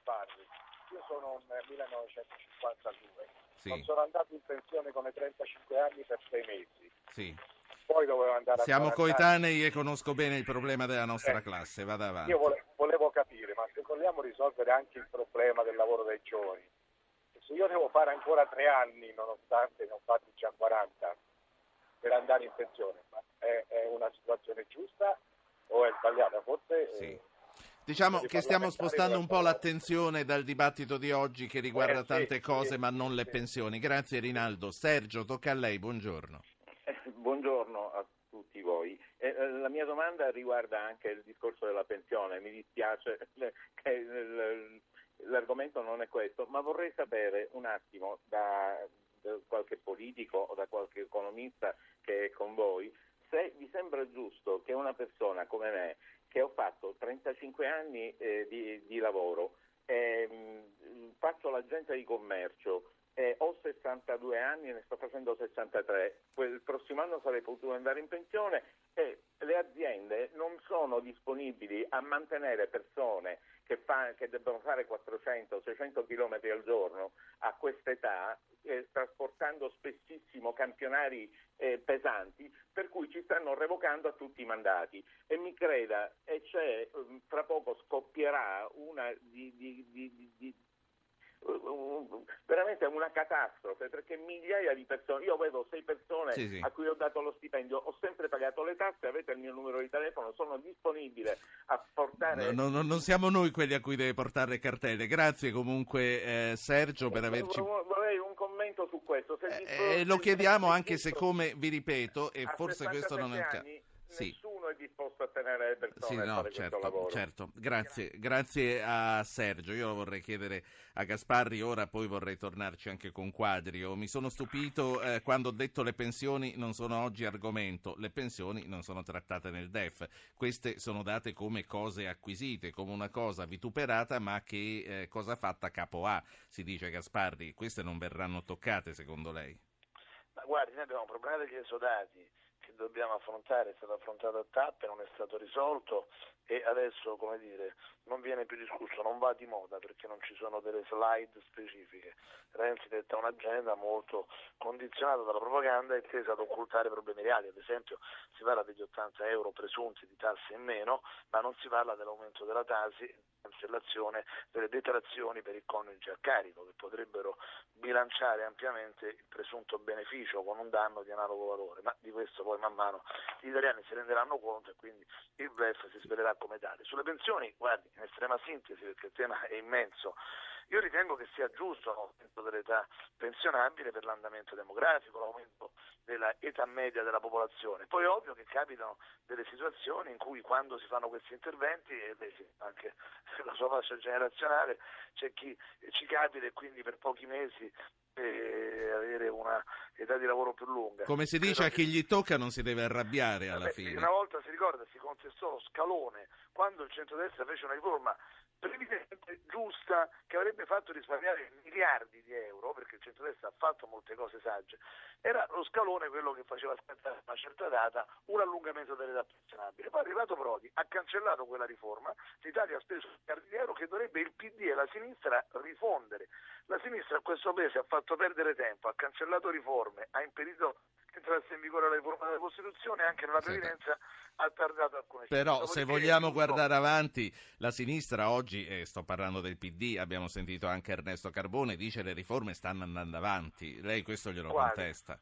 [SPEAKER 11] Io sono un millenovecentocinquantadue,
[SPEAKER 2] sì.
[SPEAKER 11] non sono andato in pensione come trentacinque anni per sei mesi.
[SPEAKER 2] Sì.
[SPEAKER 11] Poi dovevo andare a
[SPEAKER 2] Siamo coetanei e conosco bene il problema della nostra
[SPEAKER 11] eh,
[SPEAKER 2] classe, vada avanti.
[SPEAKER 11] Io vole, volevo capire, ma se vogliamo risolvere anche il problema del lavoro dei giovani, se io devo fare ancora tre anni, nonostante ne ho fatti già quaranta, per andare in pensione, ma è, è una situazione giusta o è sbagliata? Forse...
[SPEAKER 2] Sì.
[SPEAKER 11] Eh,
[SPEAKER 2] Diciamo che stiamo spostando un po' l'attenzione dal dibattito di oggi che riguarda
[SPEAKER 11] eh, sì,
[SPEAKER 2] tante cose
[SPEAKER 11] sì,
[SPEAKER 2] ma non le
[SPEAKER 11] sì.
[SPEAKER 2] pensioni. Grazie Rinaldo. Sergio, tocca a lei, buongiorno.
[SPEAKER 12] Eh, buongiorno a tutti voi. Eh, la mia domanda riguarda anche il discorso della pensione. Mi dispiace che l'argomento non è questo, ma vorrei sapere un attimo da, da qualche politico o da qualche economista che è con voi se vi sembra giusto che una persona come me, che ho fatto trentacinque anni eh, di, di lavoro, ehm, faccio l'agente di commercio, eh, ho sessantadue anni e ne sto facendo sessantatré, poi il prossimo anno sarei potuto andare in pensione e le aziende non sono disponibili a mantenere persone che, fa, che debbono fare quattrocento seicento chilometri al giorno a quest'età, eh, trasportando spessissimo campionari eh, pesanti, per cui ci stanno revocando a tutti i mandati. E mi creda, e c'è, fra poco scoppierà una di, di, di, di, di veramente una catastrofe, perché migliaia di persone, io avevo sei persone sì, sì. a cui ho dato lo stipendio, ho sempre pagato le tasse, avete il mio numero di telefono, sono disponibile a portare...
[SPEAKER 2] No, no, non siamo noi quelli a cui deve portare cartelle. Grazie comunque eh, Sergio per averci...
[SPEAKER 12] Vorrei un commento su questo. Se
[SPEAKER 2] eh, lo chiediamo anche se, come vi ripeto, e forse questo non è il caso.
[SPEAKER 12] Sì. Nessuno è disposto a tenere le persone
[SPEAKER 2] sì,
[SPEAKER 12] a
[SPEAKER 2] no,
[SPEAKER 12] fare
[SPEAKER 2] certo,
[SPEAKER 12] questo lavoro.
[SPEAKER 2] Certo, grazie, grazie a Sergio. Io lo vorrei chiedere a Gasparri, ora poi vorrei tornarci anche con Quadrio. Mi sono stupito eh, quando ho detto le pensioni non sono oggi argomento. Le pensioni non sono trattate nel D E F. Queste sono date come cose acquisite, come una cosa vituperata, ma che eh, cosa fatta capo A, si dice Gasparri. Queste non verranno toccate, secondo lei?
[SPEAKER 10] Ma guardi, noi abbiamo un problema degli esodati che dobbiamo affrontare, è stato affrontato a tappe, non è stato risolto e adesso, come dire, non viene più discusso, non va di moda perché non ci sono delle slide specifiche. Renzi detta un'agenda molto condizionata dalla propaganda e tesa ad occultare problemi reali. Ad esempio si parla degli ottanta euro presunti di tasse in meno, ma non si parla dell'aumento della tasi, cancellazione delle detrazioni per i coniugi a carico che potrebbero bilanciare ampiamente il presunto beneficio con un danno di analogo valore, ma di questo poi man mano gli italiani si renderanno conto e quindi il B E F si svelerà come tale. Sulle pensioni, guardi, in estrema sintesi, perché il tema è immenso, Io ritengo che sia giusto l'aumento dell'età pensionabile per l'andamento demografico, l'aumento della età media della popolazione. Poi è ovvio che capitano delle situazioni in cui quando si fanno questi interventi, e anche la sua fascia generazionale, c'è chi ci capita e quindi per pochi mesi e avere una età di lavoro più lunga.
[SPEAKER 2] Come si dice, a chi gli tocca non si deve arrabbiare alla
[SPEAKER 10] Vabbè,
[SPEAKER 2] fine.
[SPEAKER 10] Una volta si ricorda, si contestò lo scalone quando il centrodestra fece una riforma previdentemente giusta che avrebbe fatto risparmiare miliardi di euro, perché il centrodestra ha fatto molte cose sagge. Era lo scalone quello che faceva scattare a una certa data un allungamento dell'età pensionabile. Poi è arrivato Prodi, ha cancellato quella riforma, l'Italia ha speso miliardi di euro che dovrebbe il P D e la sinistra rifondere. La sinistra a questo paese ha fatto perdere tempo, ha cancellato riforme, ha impedito che entrasse in vigore la riforma della Costituzione, anche nella previdenza ha tardato alcune cifre.
[SPEAKER 2] Però se vogliamo guardare avanti, la sinistra oggi, e sto parlando del P D, abbiamo sentito anche Ernesto Carbone, dice le riforme stanno andando avanti. Lei questo glielo
[SPEAKER 10] Quali?
[SPEAKER 2] contesta?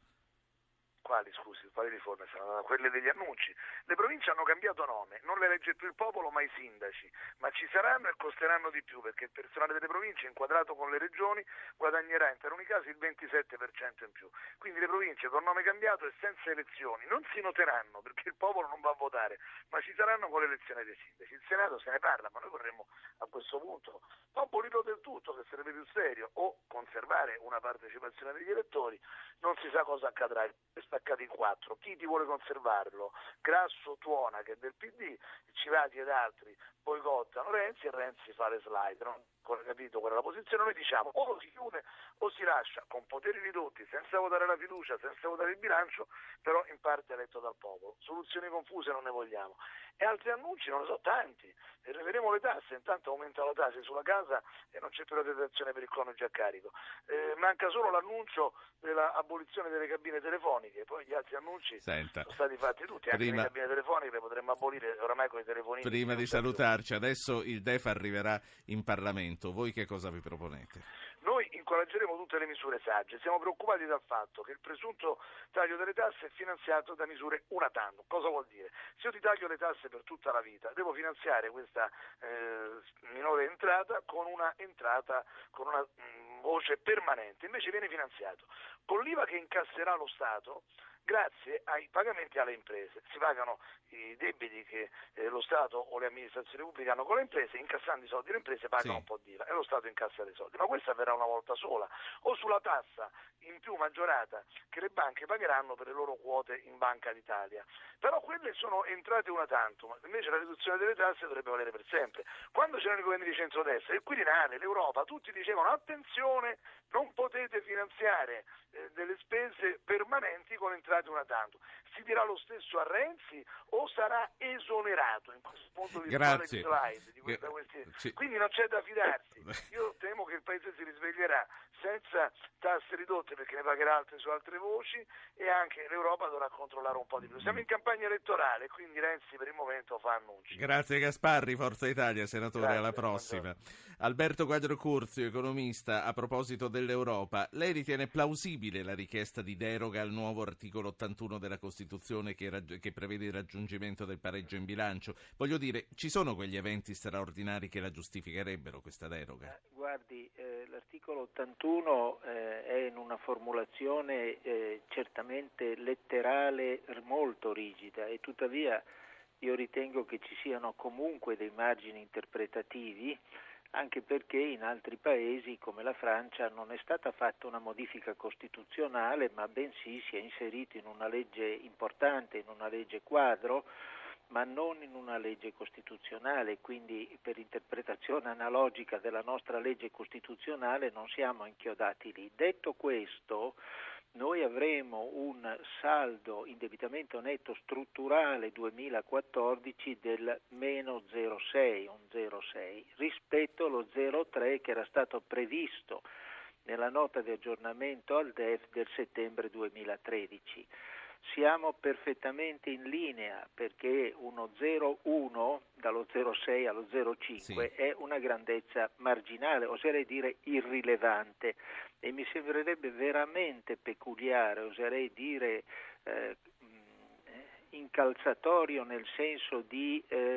[SPEAKER 10] Quali, scusi, quali riforme saranno? Quelle degli annunci. Le province hanno cambiato nome, non le elegge più il popolo ma i sindaci, ma ci saranno e costeranno di più perché il personale delle province inquadrato con le regioni guadagnerà in taluni casi il ventisette per cento in più. Quindi le province con nome cambiato e senza elezioni non si noteranno perché il popolo non va a votare, ma ci saranno con l'elezione dei sindaci. Il Senato se ne parla, ma noi vorremmo a questo punto non abolirlo del tutto, che sarebbe più serio, o conservare una partecipazione degli elettori. Non si sa cosa accadrà. Staccati in quattro, chi ti vuole conservarlo? Grasso, Tuona che è del P D, Civati ed altri boicottano Renzi e Renzi fa le slide, non ho capito qual è la posizione. Noi diciamo o lo si chiude o si lascia con poteri ridotti, senza votare la fiducia, senza votare il bilancio, però in parte eletto dal popolo. Soluzioni confuse non ne vogliamo. E altri annunci non ne so tanti, eleveremo le tasse, intanto aumenta la tassa sulla casa e non c'è più la detrazione per il coniuge a carico, eh, manca solo l'annuncio dell'abolizione delle cabine telefoniche, poi gli altri annunci
[SPEAKER 2] Senta,
[SPEAKER 10] sono stati fatti tutti, anche
[SPEAKER 2] prima,
[SPEAKER 10] le cabine telefoniche le potremmo abolire oramai con i telefonini.
[SPEAKER 2] Prima di salutarci, adesso il D E F arriverà in Parlamento, voi che cosa vi proponete?
[SPEAKER 10] Noi incoraggeremo tutte le misure sagge, siamo preoccupati dal fatto che il presunto taglio delle tasse è finanziato da misure una tantum. Cosa vuol dire? Se io ti taglio le tasse per tutta la vita, devo finanziare questa eh, minore entrata con una entrata, con una mh, voce permanente, invece viene finanziato con l'I V A che incasserà lo Stato grazie ai pagamenti alle imprese. Si pagano i debiti che eh, lo Stato o le amministrazioni pubbliche hanno con le imprese, incassando i soldi le imprese pagano sì. un po' di I V A e lo Stato incassa dei soldi, ma questa avverrà una volta sola, o sulla tassa in più maggiorata che le banche pagheranno per le loro quote in Banca d'Italia. Però quelle sono entrate una tantum, invece la riduzione delle tasse dovrebbe valere per sempre. Quando c'erano i governi di centrodestra, il Quirinale, l'Europa, tutti dicevano attenzione, non potete finanziare eh, delle spese permanenti con entrate una tantum. Si dirà lo stesso a Renzi o sarà esonerato in questo punto di slide di questa questione? Sì. Quindi non c'è da fidarsi. Io temo che il Paese si risveglierà senza tasse ridotte perché ne pagherà altre su altre voci e anche l'Europa dovrà controllare un po' di più. Siamo in campagna elettorale, quindi Renzi per il momento fa annunci.
[SPEAKER 2] Grazie Gasparri, Forza Italia, senatore, Grazie, alla prossima. Buongiorno. Alberto Quadro Curzio, economista, a proposito dell'Europa, lei ritiene plausibile la richiesta di deroga al nuovo articolo ottantuno della Costituzione che, raggi- che prevede il raggiungimento del pareggio in bilancio? Voglio dire, ci sono quegli eventi straordinari che la giustificherebbero questa deroga?
[SPEAKER 9] Eh, guardi, eh, l'articolo ottantuno eh, è in una formulazione eh, certamente letterale molto rigida e tuttavia io ritengo che ci siano comunque dei margini interpretativi, anche perché in altri paesi come la Francia non è stata fatta una modifica costituzionale, ma bensì si è inserito in una legge importante, in una legge quadro, ma non in una legge costituzionale, quindi per interpretazione analogica della nostra legge costituzionale non siamo inchiodati lì. Detto questo, noi avremo un saldo indebitamento netto strutturale duemilaquattordici del meno zero virgola sei, un zero virgola sei, rispetto allo zero virgola tre che era stato previsto nella nota di aggiornamento al D E F del settembre duemilatredici. Siamo perfettamente in linea perché uno zero virgola uno dallo zero virgola sei allo zero virgola cinque sì. è una grandezza marginale, oserei dire irrilevante, e mi sembrerebbe veramente peculiare, oserei dire eh, incalzatorio nel senso di eh,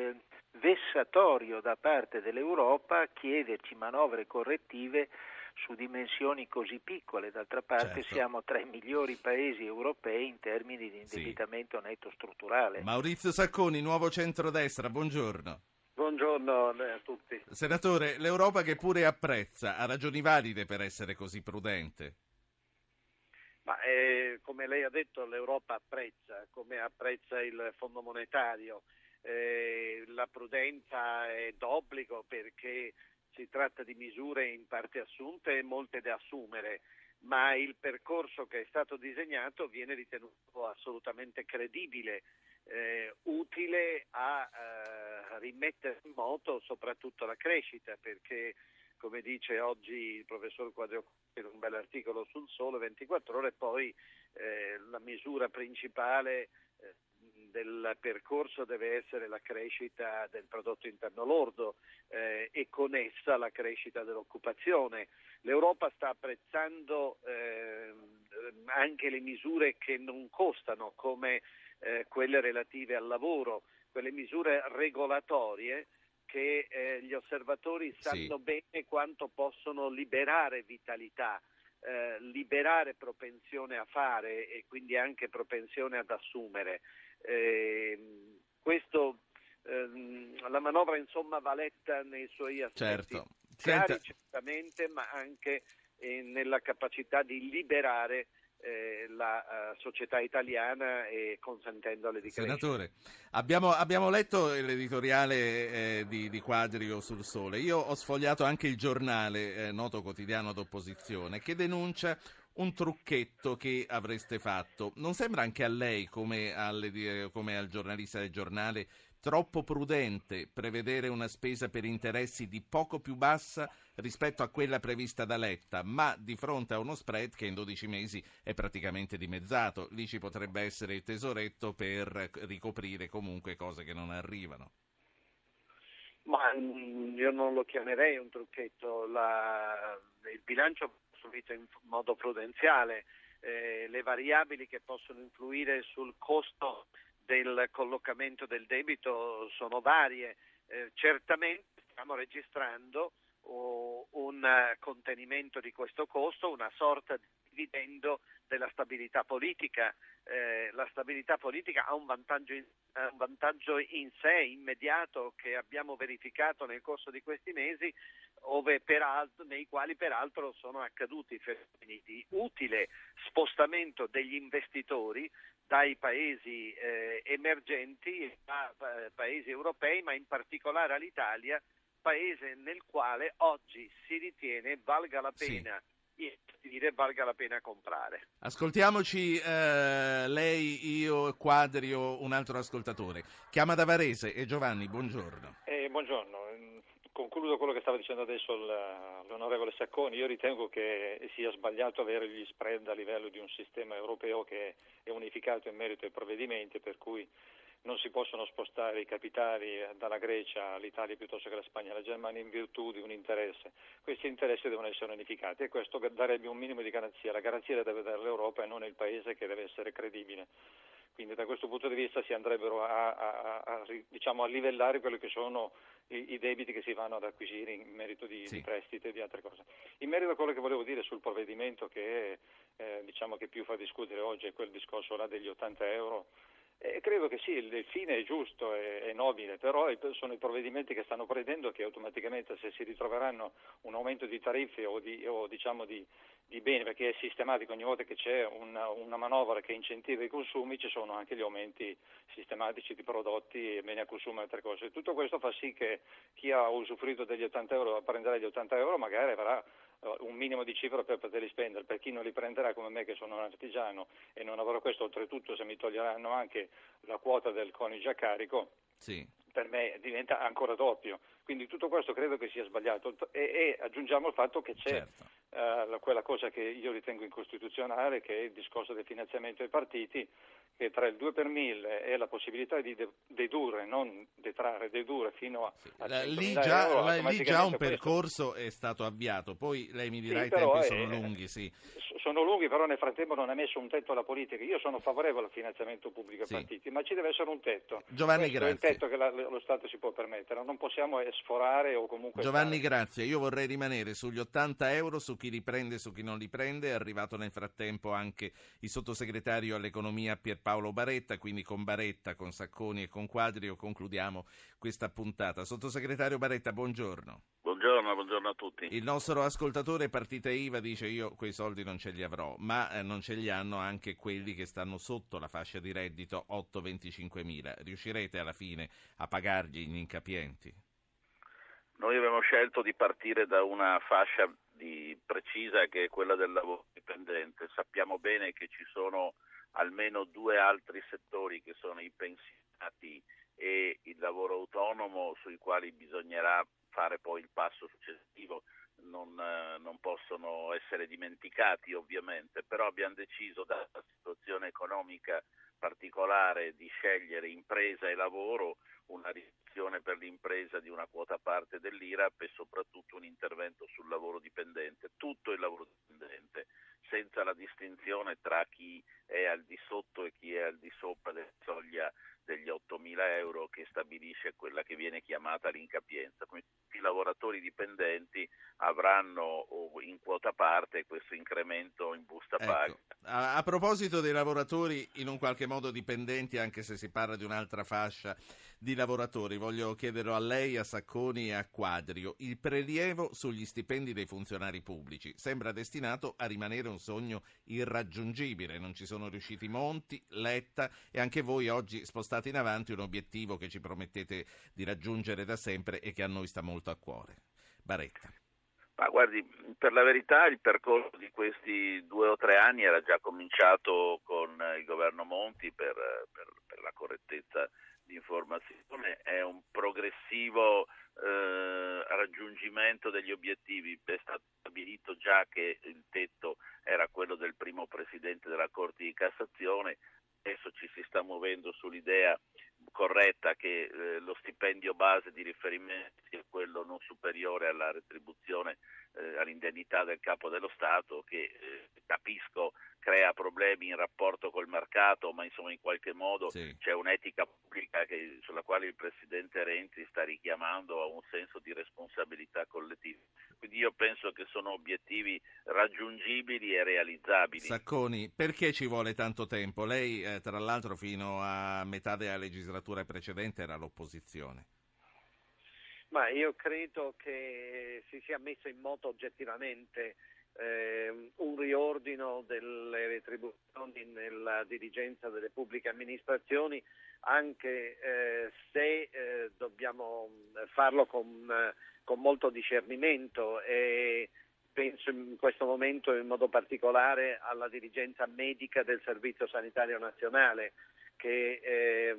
[SPEAKER 9] vessatorio da parte dell'Europa chiederci manovre correttive su dimensioni così piccole. D'altra parte
[SPEAKER 2] certo.
[SPEAKER 9] siamo tra i migliori paesi europei in termini di indebitamento sì. netto strutturale.
[SPEAKER 2] Maurizio Sacconi, Nuovo Centrodestra, buongiorno.
[SPEAKER 13] Buongiorno a tutti.
[SPEAKER 2] Senatore, l'Europa che pure apprezza, ha ragioni valide per essere così prudente?
[SPEAKER 13] Ma eh, come lei ha detto, l'Europa apprezza, come apprezza il Fondo Monetario. Eh, la prudenza è d'obbligo perché si tratta di misure in parte assunte e molte da assumere, ma il percorso che è stato disegnato viene ritenuto assolutamente credibile, eh, utile a eh, rimettere in moto soprattutto la crescita, perché come dice oggi il professor Quadrio in un bel articolo sul Sole ventiquattro Ore, poi eh, la misura principale eh, del percorso deve essere la crescita del prodotto interno lordo eh, e con essa la crescita dell'occupazione. L'Europa sta apprezzando eh, anche le misure che non costano, come eh, quelle relative al lavoro, quelle misure regolatorie che eh, gli osservatori sanno sì. bene quanto possono liberare vitalità, eh, liberare propensione a fare e quindi anche propensione ad assumere. Eh, questo ehm, la manovra insomma va letta nei suoi aspetti
[SPEAKER 2] certo.
[SPEAKER 13] chiari
[SPEAKER 2] Senta...
[SPEAKER 13] certamente, ma anche eh, nella capacità di liberare eh, la uh, società italiana e consentendole di
[SPEAKER 2] Senatore,
[SPEAKER 13] crescere.
[SPEAKER 2] abbiamo, abbiamo letto l'editoriale eh, di, di Quadrio sul Sole. Io ho sfogliato anche il Giornale, eh, noto quotidiano d'opposizione, che denuncia un trucchetto che avreste fatto. Non sembra anche a lei, come, alle, come al giornalista del Giornale, troppo prudente prevedere una spesa per interessi di poco più bassa rispetto a quella prevista da Letta, ma di fronte a uno spread che in dodici mesi è praticamente dimezzato? Lì ci potrebbe essere il tesoretto per ricoprire comunque cose che non arrivano.
[SPEAKER 13] Ma io non lo chiamerei un trucchetto. La, il bilancio costruito in modo prudenziale, eh, le variabili che possono influire sul costo del collocamento del debito sono varie. Eh, certamente stiamo registrando uh, un contenimento di questo costo, una sorta di dividendo della stabilità politica. Eh, la stabilità politica ha un vantaggio in, un vantaggio in sé immediato che abbiamo verificato nel corso di questi mesi, ove peraltro, nei quali peraltro sono accaduti fenomeni di utile spostamento degli investitori dai paesi eh, emergenti a eh, paesi europei, ma in particolare all'Italia, paese nel quale oggi si ritiene valga la pena sì. investire, valga la pena comprare.
[SPEAKER 2] Ascoltiamoci eh, lei, io, Quadrio, un altro ascoltatore. Chiama da Varese e Giovanni, buongiorno.
[SPEAKER 14] Eh, buongiorno. Concludo quello che stava dicendo adesso l'onorevole Sacconi. Io ritengo che sia sbagliato avere gli spread a livello di un sistema europeo che è unificato in merito ai provvedimenti, per cui non si possono spostare i capitali dalla Grecia all'Italia piuttosto che alla Spagna e alla Germania in virtù di un interesse. Questi interessi devono essere unificati e questo darebbe un minimo di garanzia. La garanzia la deve dare l'Europa e non il Paese, che deve essere credibile. Quindi da questo punto di vista si andrebbero a, a, a, diciamo, a livellare quelli che sono i, i debiti che si vanno ad acquisire in merito di, sì. di prestiti e di altre cose. In merito a quello che volevo dire sul provvedimento che eh, diciamo che più fa discutere oggi è quel discorso là degli ottanta euro. Eh, credo che sì, il fine è giusto, è, è nobile, però sono i provvedimenti che stanno prendendo che automaticamente, se si ritroveranno un aumento di tariffe o, di, o diciamo di, di beni, perché è sistematico, ogni volta che c'è una, una manovra che incentiva i consumi ci sono anche gli aumenti sistematici di prodotti e beni a consumo e altre cose. Tutto questo fa sì che chi ha usufruito degli ottanta euro prenderà gli ottanta euro, magari avrà un minimo di cifra per poterli spendere. Per chi non li prenderà, come me che sono un artigiano e non avrò questo, oltretutto se mi toglieranno anche la quota del coniuge a carico,
[SPEAKER 2] sì.
[SPEAKER 14] per me diventa ancora doppio. Quindi tutto questo credo che sia sbagliato e, e aggiungiamo il fatto che c'è
[SPEAKER 2] certo.
[SPEAKER 14] uh, quella cosa che io ritengo incostituzionale, che è il discorso del finanziamento ai partiti, che tra il due per mille e la possibilità di de- dedurre, non detrarre, dedurre fino a, a
[SPEAKER 2] lì
[SPEAKER 14] centomila
[SPEAKER 2] già,
[SPEAKER 14] euro,
[SPEAKER 2] la, lì già un
[SPEAKER 14] automaticamente
[SPEAKER 2] percorso è stato avviato, poi lei mi dirà
[SPEAKER 14] Sì,
[SPEAKER 2] i
[SPEAKER 14] però,
[SPEAKER 2] tempi
[SPEAKER 14] eh,
[SPEAKER 2] sono lunghi, sì.
[SPEAKER 14] Sono lunghi, però nel frattempo non ha messo un tetto alla politica. Io sono favorevole al finanziamento pubblico ai
[SPEAKER 2] Sì.
[SPEAKER 14] partiti, ma ci deve essere un tetto.
[SPEAKER 2] Giovanni
[SPEAKER 14] Questo è il
[SPEAKER 2] Grazia.
[SPEAKER 14] tetto che la- lo Stato si può permettere, non possiamo sforare o comunque
[SPEAKER 2] Giovanni
[SPEAKER 14] stare.
[SPEAKER 2] Grazia, io vorrei rimanere sugli ottanta euro, su chi li prende e su chi non li prende. È arrivato nel frattempo anche il sottosegretario all'economia Pierpaolo Baretta, quindi con Baretta, con Sacconi e con Quadrio concludiamo questa puntata. Sottosegretario Baretta, buongiorno.
[SPEAKER 15] Buongiorno, buongiorno a tutti.
[SPEAKER 2] Il nostro ascoltatore partita I V A dice: io quei soldi non ce li avrò, ma eh, non ce li hanno anche quelli che stanno sotto la fascia di reddito otto venticinque mila. Riuscirete alla fine a pagargli gli incapienti?
[SPEAKER 15] Noi abbiamo scelto di partire da una fascia di precisa che è quella del lavoro dipendente. Sappiamo bene che ci sono almeno due altri settori che sono i pensionati e il lavoro autonomo, sui quali bisognerà fare poi il passo successivo. Non, eh, non possono essere dimenticati ovviamente, però abbiamo deciso dalla situazione economica particolare di scegliere impresa e lavoro, una riduzione per l'impresa di una quota parte dell'I R A P e soprattutto un intervento sul lavoro dipendente, tutto il lavoro dipendente, senza la distinzione tra chi è al di sotto e chi è al di sopra della soglia degli ottomila euro che stabilisce quella che viene chiamata l'incapienza. Quindi i lavoratori dipendenti avranno in quota parte questo incremento in busta paga.
[SPEAKER 2] Ecco, a, a proposito dei lavoratori in un qualche modo dipendenti, anche se si parla di un'altra fascia di lavoratori, voglio chiederlo a lei, a Sacconi e a Quadrio. Il prelievo sugli stipendi dei funzionari pubblici sembra destinato a rimanere un sogno irraggiungibile. Non ci sono riusciti Monti, Letta e anche voi oggi spostate in avanti un obiettivo che ci promettete di raggiungere da sempre e che a noi sta molto a cuore. Baretta.
[SPEAKER 15] Ma guardi, per la verità il percorso di questi due o tre anni era già cominciato con il governo Monti per, per, per la correttezza di informazione, è un progressivo eh, raggiungimento degli obiettivi. È stato stabilito già che il tetto era quello del primo presidente della Corte di Cassazione, adesso ci si sta muovendo sull'idea corretta che eh, lo stipendio base di riferimento sia quello non superiore alla retribuzione, eh, all'indennità del capo dello Stato, che eh, capisco crea problemi in rapporto col mercato, ma insomma in qualche modo sì. C'è un'etica pubblica che, sulla quale il Presidente Renzi sta richiamando a un senso di responsabilità collettiva. Quindi io penso che sono obiettivi raggiungibili e realizzabili.
[SPEAKER 2] Sacconi, perché ci vuole tanto tempo? Lei, eh, tra l'altro, fino a metà della legislatura precedente era all'opposizione.
[SPEAKER 13] Ma io credo che si sia messo in moto oggettivamente eh, un riordino delle retribuzioni nella dirigenza delle pubbliche amministrazioni, anche eh, se eh, dobbiamo farlo con, con molto discernimento, e penso in questo momento in modo particolare alla dirigenza medica del Servizio Sanitario Nazionale, che eh,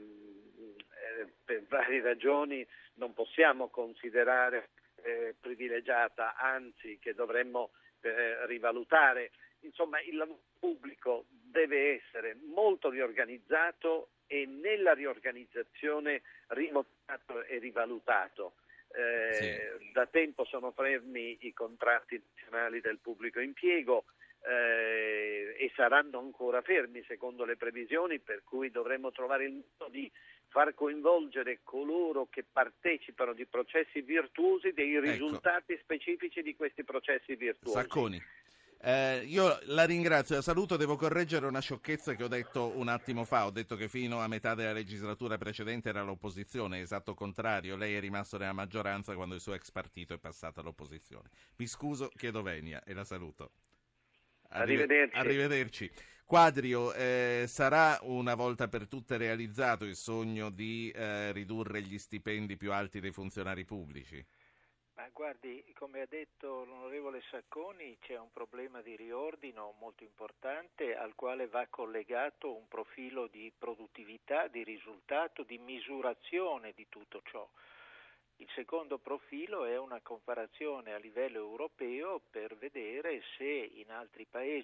[SPEAKER 13] per varie ragioni non possiamo considerare eh, privilegiata, anzi che dovremmo eh, rivalutare. Insomma, il lavoro pubblico deve essere molto riorganizzato e nella riorganizzazione rimodellato e rivalutato. Eh, sì. Da tempo sono fermi i contratti nazionali del pubblico impiego eh, e saranno ancora fermi secondo le previsioni, per cui dovremo trovare il modo di far coinvolgere coloro che partecipano di processi virtuosi dei risultati ecco. specifici di questi processi virtuosi.
[SPEAKER 2] Sacconi, eh, io la ringrazio, la saluto. Devo correggere una sciocchezza che ho detto un attimo fa. Ho detto che fino a metà della legislatura precedente era l'opposizione, esatto contrario. Lei è rimasto nella maggioranza quando il suo ex partito è passato all'opposizione. Mi scuso, chiedo venia e la saluto. Arrive-
[SPEAKER 13] Arrivederci.
[SPEAKER 2] Arrivederci. Quadrio, eh, sarà una volta per tutte realizzato il sogno di eh, ridurre gli stipendi più alti dei funzionari pubblici?
[SPEAKER 9] Ma guardi, come ha detto l'onorevole Sacconi, c'è un problema di riordino molto importante al quale va collegato un profilo di produttività, di risultato, di misurazione di tutto ciò. Il secondo profilo è una comparazione a livello europeo per vedere se in altri paesi,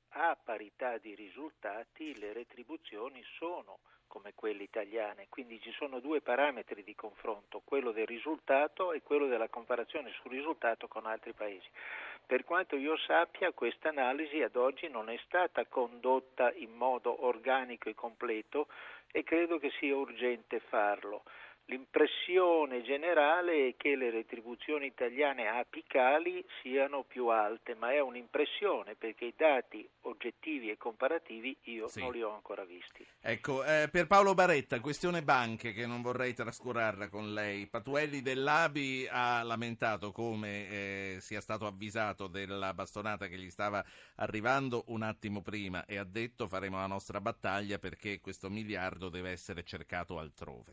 [SPEAKER 9] a parità di risultati le retribuzioni sono come quelle italiane, quindi ci sono due parametri di confronto, quello del risultato e quello della comparazione sul risultato con altri paesi. Per quanto io sappia, questa analisi ad oggi non è stata condotta in modo organico e completo e credo che sia urgente farlo. L'impressione generale è che le retribuzioni italiane apicali siano più alte, ma è un'impressione perché i dati oggettivi e comparativi io sì. non li ho ancora visti.
[SPEAKER 2] Ecco, eh, per Paolo Baretta, questione banche che non vorrei trascurarla con lei. Patuelli dell'A B I ha lamentato come eh, sia stato avvisato della bastonata che gli stava arrivando un attimo prima e ha detto faremo la nostra battaglia perché questo miliardo deve essere cercato altrove.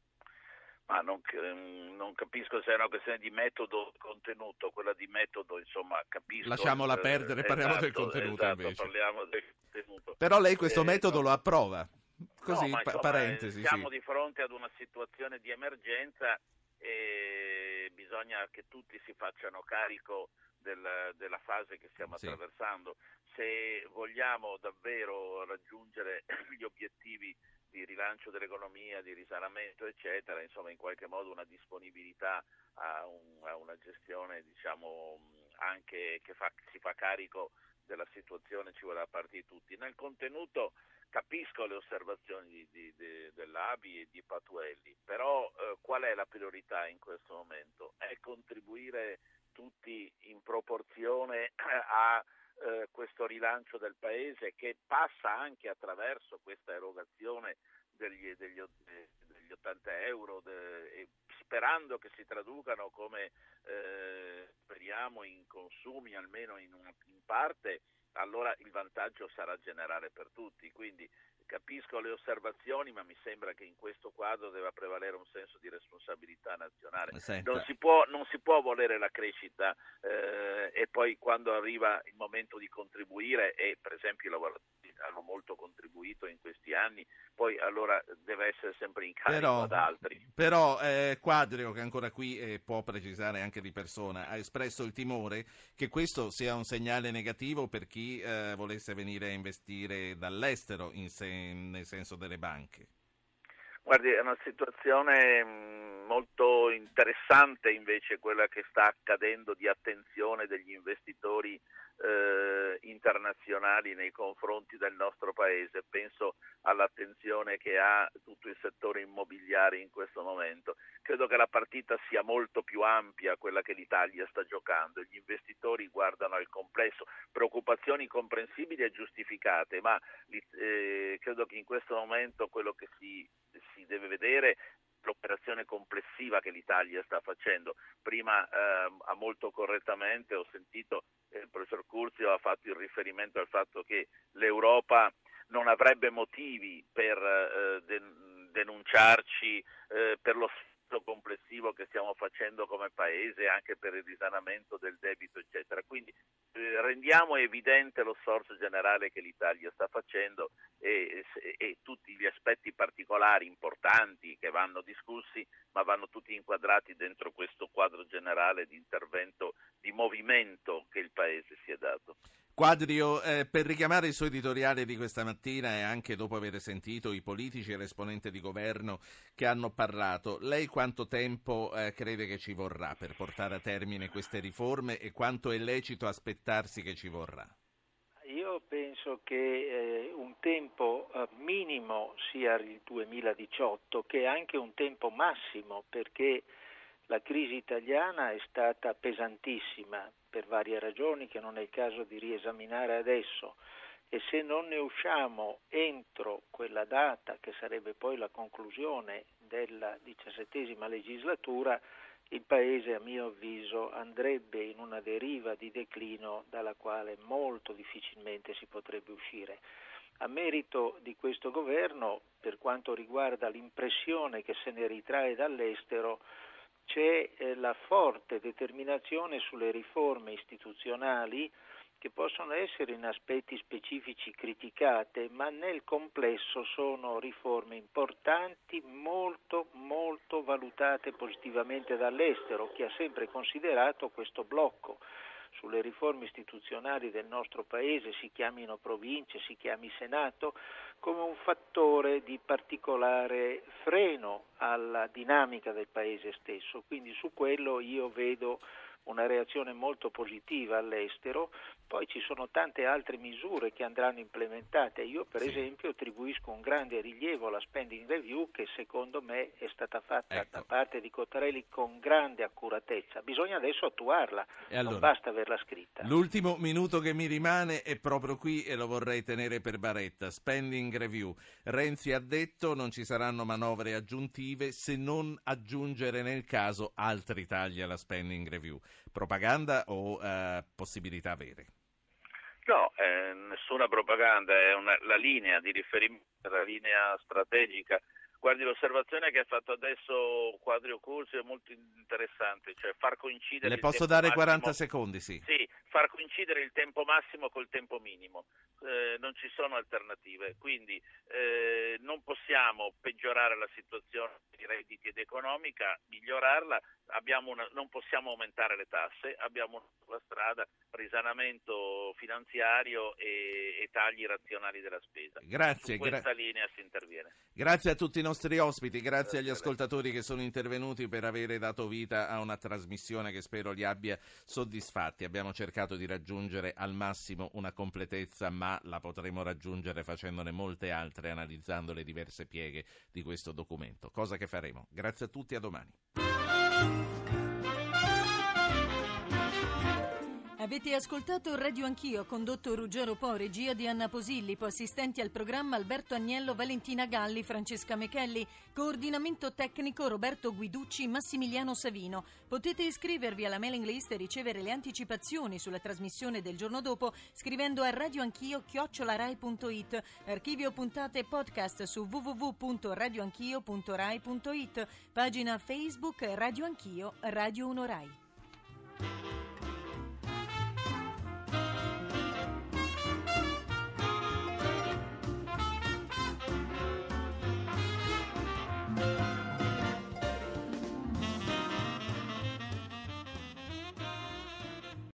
[SPEAKER 15] Ma non, non capisco se è una questione di metodo o contenuto, quella di metodo insomma capisco.
[SPEAKER 2] Lasciamola
[SPEAKER 15] eh,
[SPEAKER 2] perdere, parliamo
[SPEAKER 15] esatto,
[SPEAKER 2] del contenuto
[SPEAKER 15] esatto,
[SPEAKER 2] invece.
[SPEAKER 15] Parliamo del contenuto.
[SPEAKER 2] Però lei questo
[SPEAKER 15] eh,
[SPEAKER 2] metodo
[SPEAKER 15] no,
[SPEAKER 2] lo approva? Così,
[SPEAKER 15] no, ma,
[SPEAKER 2] pa-
[SPEAKER 15] insomma,
[SPEAKER 2] parentesi.
[SPEAKER 15] Siamo
[SPEAKER 2] sì.
[SPEAKER 15] di fronte ad una situazione di emergenza e bisogna che tutti si facciano carico del, della fase che stiamo sì. attraversando. Se vogliamo davvero raggiungere gli obiettivi di rilancio dell'economia, di risanamento, eccetera, insomma in qualche modo una disponibilità a, un, a una gestione diciamo anche che fa, si fa carico della situazione ci vuole da parte di tutti. Nel contenuto capisco le osservazioni di, di, di, dell'A B I e di Patuelli, però eh, qual è la priorità in questo momento? È contribuire tutti in proporzione a Eh, questo rilancio del paese che passa anche attraverso questa erogazione degli, degli, degli ottanta euro de, e sperando che si traducano come eh, speriamo in consumi almeno in, un, in parte, allora il vantaggio sarà generale per tutti. Quindi capisco le osservazioni, ma mi sembra che in questo quadro debba prevalere un senso di responsabilità nazionale. Non si può, non si può volere la crescita eh, e poi quando arriva il momento di contribuire, e per esempio i lavoratori hanno molto contribuito in questi anni, poi allora deve essere sempre in carico
[SPEAKER 2] però,
[SPEAKER 15] ad altri.
[SPEAKER 2] Però eh, Quadrio, che ancora qui eh, può precisare anche di persona, ha espresso il timore che questo sia un segnale negativo per chi eh, volesse venire a investire dall'estero, in se- nel senso delle banche.
[SPEAKER 15] Guardi, è una situazione molto interessante invece quella che sta accadendo di attenzione degli investitori eh, internazionali nei confronti del nostro paese. Penso all'attenzione che ha tutto il settore immobiliare in questo momento. Credo che la partita sia molto più ampia, quella che l'Italia sta giocando. Gli investitori guardano al complesso, preoccupazioni comprensibili e giustificate, ma eh, credo che in questo momento quello che si, si deve vedere l'operazione complessiva che l'Italia sta facendo. Prima eh, ha molto correttamente ho sentito eh, il professor Curzio ha fatto il riferimento al fatto che l'Europa non avrebbe motivi per eh, den- denunciarci eh, per lo sforzo complessivo che stiamo facendo come paese anche per il risanamento del debito eccetera. Quindi eh, rendiamo evidente lo sforzo generale che l'Italia sta facendo e, e, e tutti gli aspetti particolari importanti che vanno discussi, ma vanno tutti inquadrati dentro questo quadro generale di intervento, di movimento che il paese si è dato.
[SPEAKER 2] Quadrio, eh, per richiamare il suo editoriale di questa mattina e anche dopo aver sentito i politici e l'esponente di governo che hanno parlato, lei quanto tempo eh, crede che ci vorrà per portare a termine queste riforme e quanto è lecito aspettarsi che ci vorrà?
[SPEAKER 9] Io penso che eh, un tempo eh, minimo sia il duemiladiciotto, che è anche un tempo massimo, perché la crisi italiana è stata pesantissima per varie ragioni che non è il caso di riesaminare adesso, e se non ne usciamo entro quella data, che sarebbe poi la conclusione della diciassettesima legislatura, il Paese, a mio avviso, andrebbe in una deriva di declino dalla quale molto difficilmente si potrebbe uscire. A merito di questo governo, per quanto riguarda l'impressione che se ne ritrae dall'estero, c'è eh, la forte determinazione sulle riforme istituzionali che possono essere in aspetti specifici criticate, ma nel complesso sono riforme importanti, molto molto valutate positivamente dall'estero, che ha sempre considerato questo blocco sulle riforme istituzionali del nostro Paese, si chiamino province, si chiami Senato, come un fattore di particolare freno alla dinamica del Paese stesso. Quindi su quello io vedo una reazione molto positiva all'estero. Poi ci sono tante altre misure che andranno implementate. Io per sì. esempio attribuisco un grande rilievo alla spending review, che secondo me è stata fatta ecco. da parte di Cottarelli con grande accuratezza. Bisogna adesso attuarla, allora, non basta averla scritta.
[SPEAKER 2] L'ultimo minuto che mi rimane è proprio qui e lo vorrei tenere per Baretta. Spending review. Renzi ha detto non ci saranno manovre aggiuntive se non aggiungere nel caso altri tagli alla spending review. Propaganda o eh, possibilità vere?
[SPEAKER 15] No, eh, nessuna propaganda, è una, la linea di riferimento, la linea strategica. Guardi, l'osservazione che ha fatto adesso Quadrio Curzio è molto interessante, cioè far coincidere...
[SPEAKER 2] Le posso dare massimo, quaranta secondi, sì.
[SPEAKER 15] Sì, far coincidere il tempo massimo col tempo minimo. Eh, non ci sono alternative, quindi eh, non possiamo peggiorare la situazione di redditi ed economica, migliorarla, abbiamo una, non possiamo aumentare le tasse, abbiamo una strada, risanamento finanziario e, e tagli razionali della spesa.
[SPEAKER 2] Grazie.
[SPEAKER 15] Su questa
[SPEAKER 2] gra-
[SPEAKER 15] linea si interviene.
[SPEAKER 2] Grazie a tutti i nostri ospiti, grazie, grazie agli ascoltatori che sono intervenuti per avere dato vita a una trasmissione che spero li abbia soddisfatti. Abbiamo cercato di raggiungere al massimo una completezza, ma la potremo raggiungere facendone molte altre, analizzando le diverse pieghe di questo documento, cosa che faremo. Grazie a tutti, a domani.
[SPEAKER 16] Avete ascoltato Radio Anch'io, condotto Ruggero Po, regia di Anna Posillipo, assistenti al programma Alberto Agnello, Valentina Galli, Francesca Mechelli, coordinamento tecnico Roberto Guiducci, Massimiliano Savino. Potete iscrivervi alla mailing list e ricevere le anticipazioni sulla trasmissione del giorno dopo scrivendo a radioanchio chiocciola rai punto it, archivio puntate podcast su w w w punto radioanchio punto rai punto it, pagina Facebook Radio Anch'io, Radio uno Rai.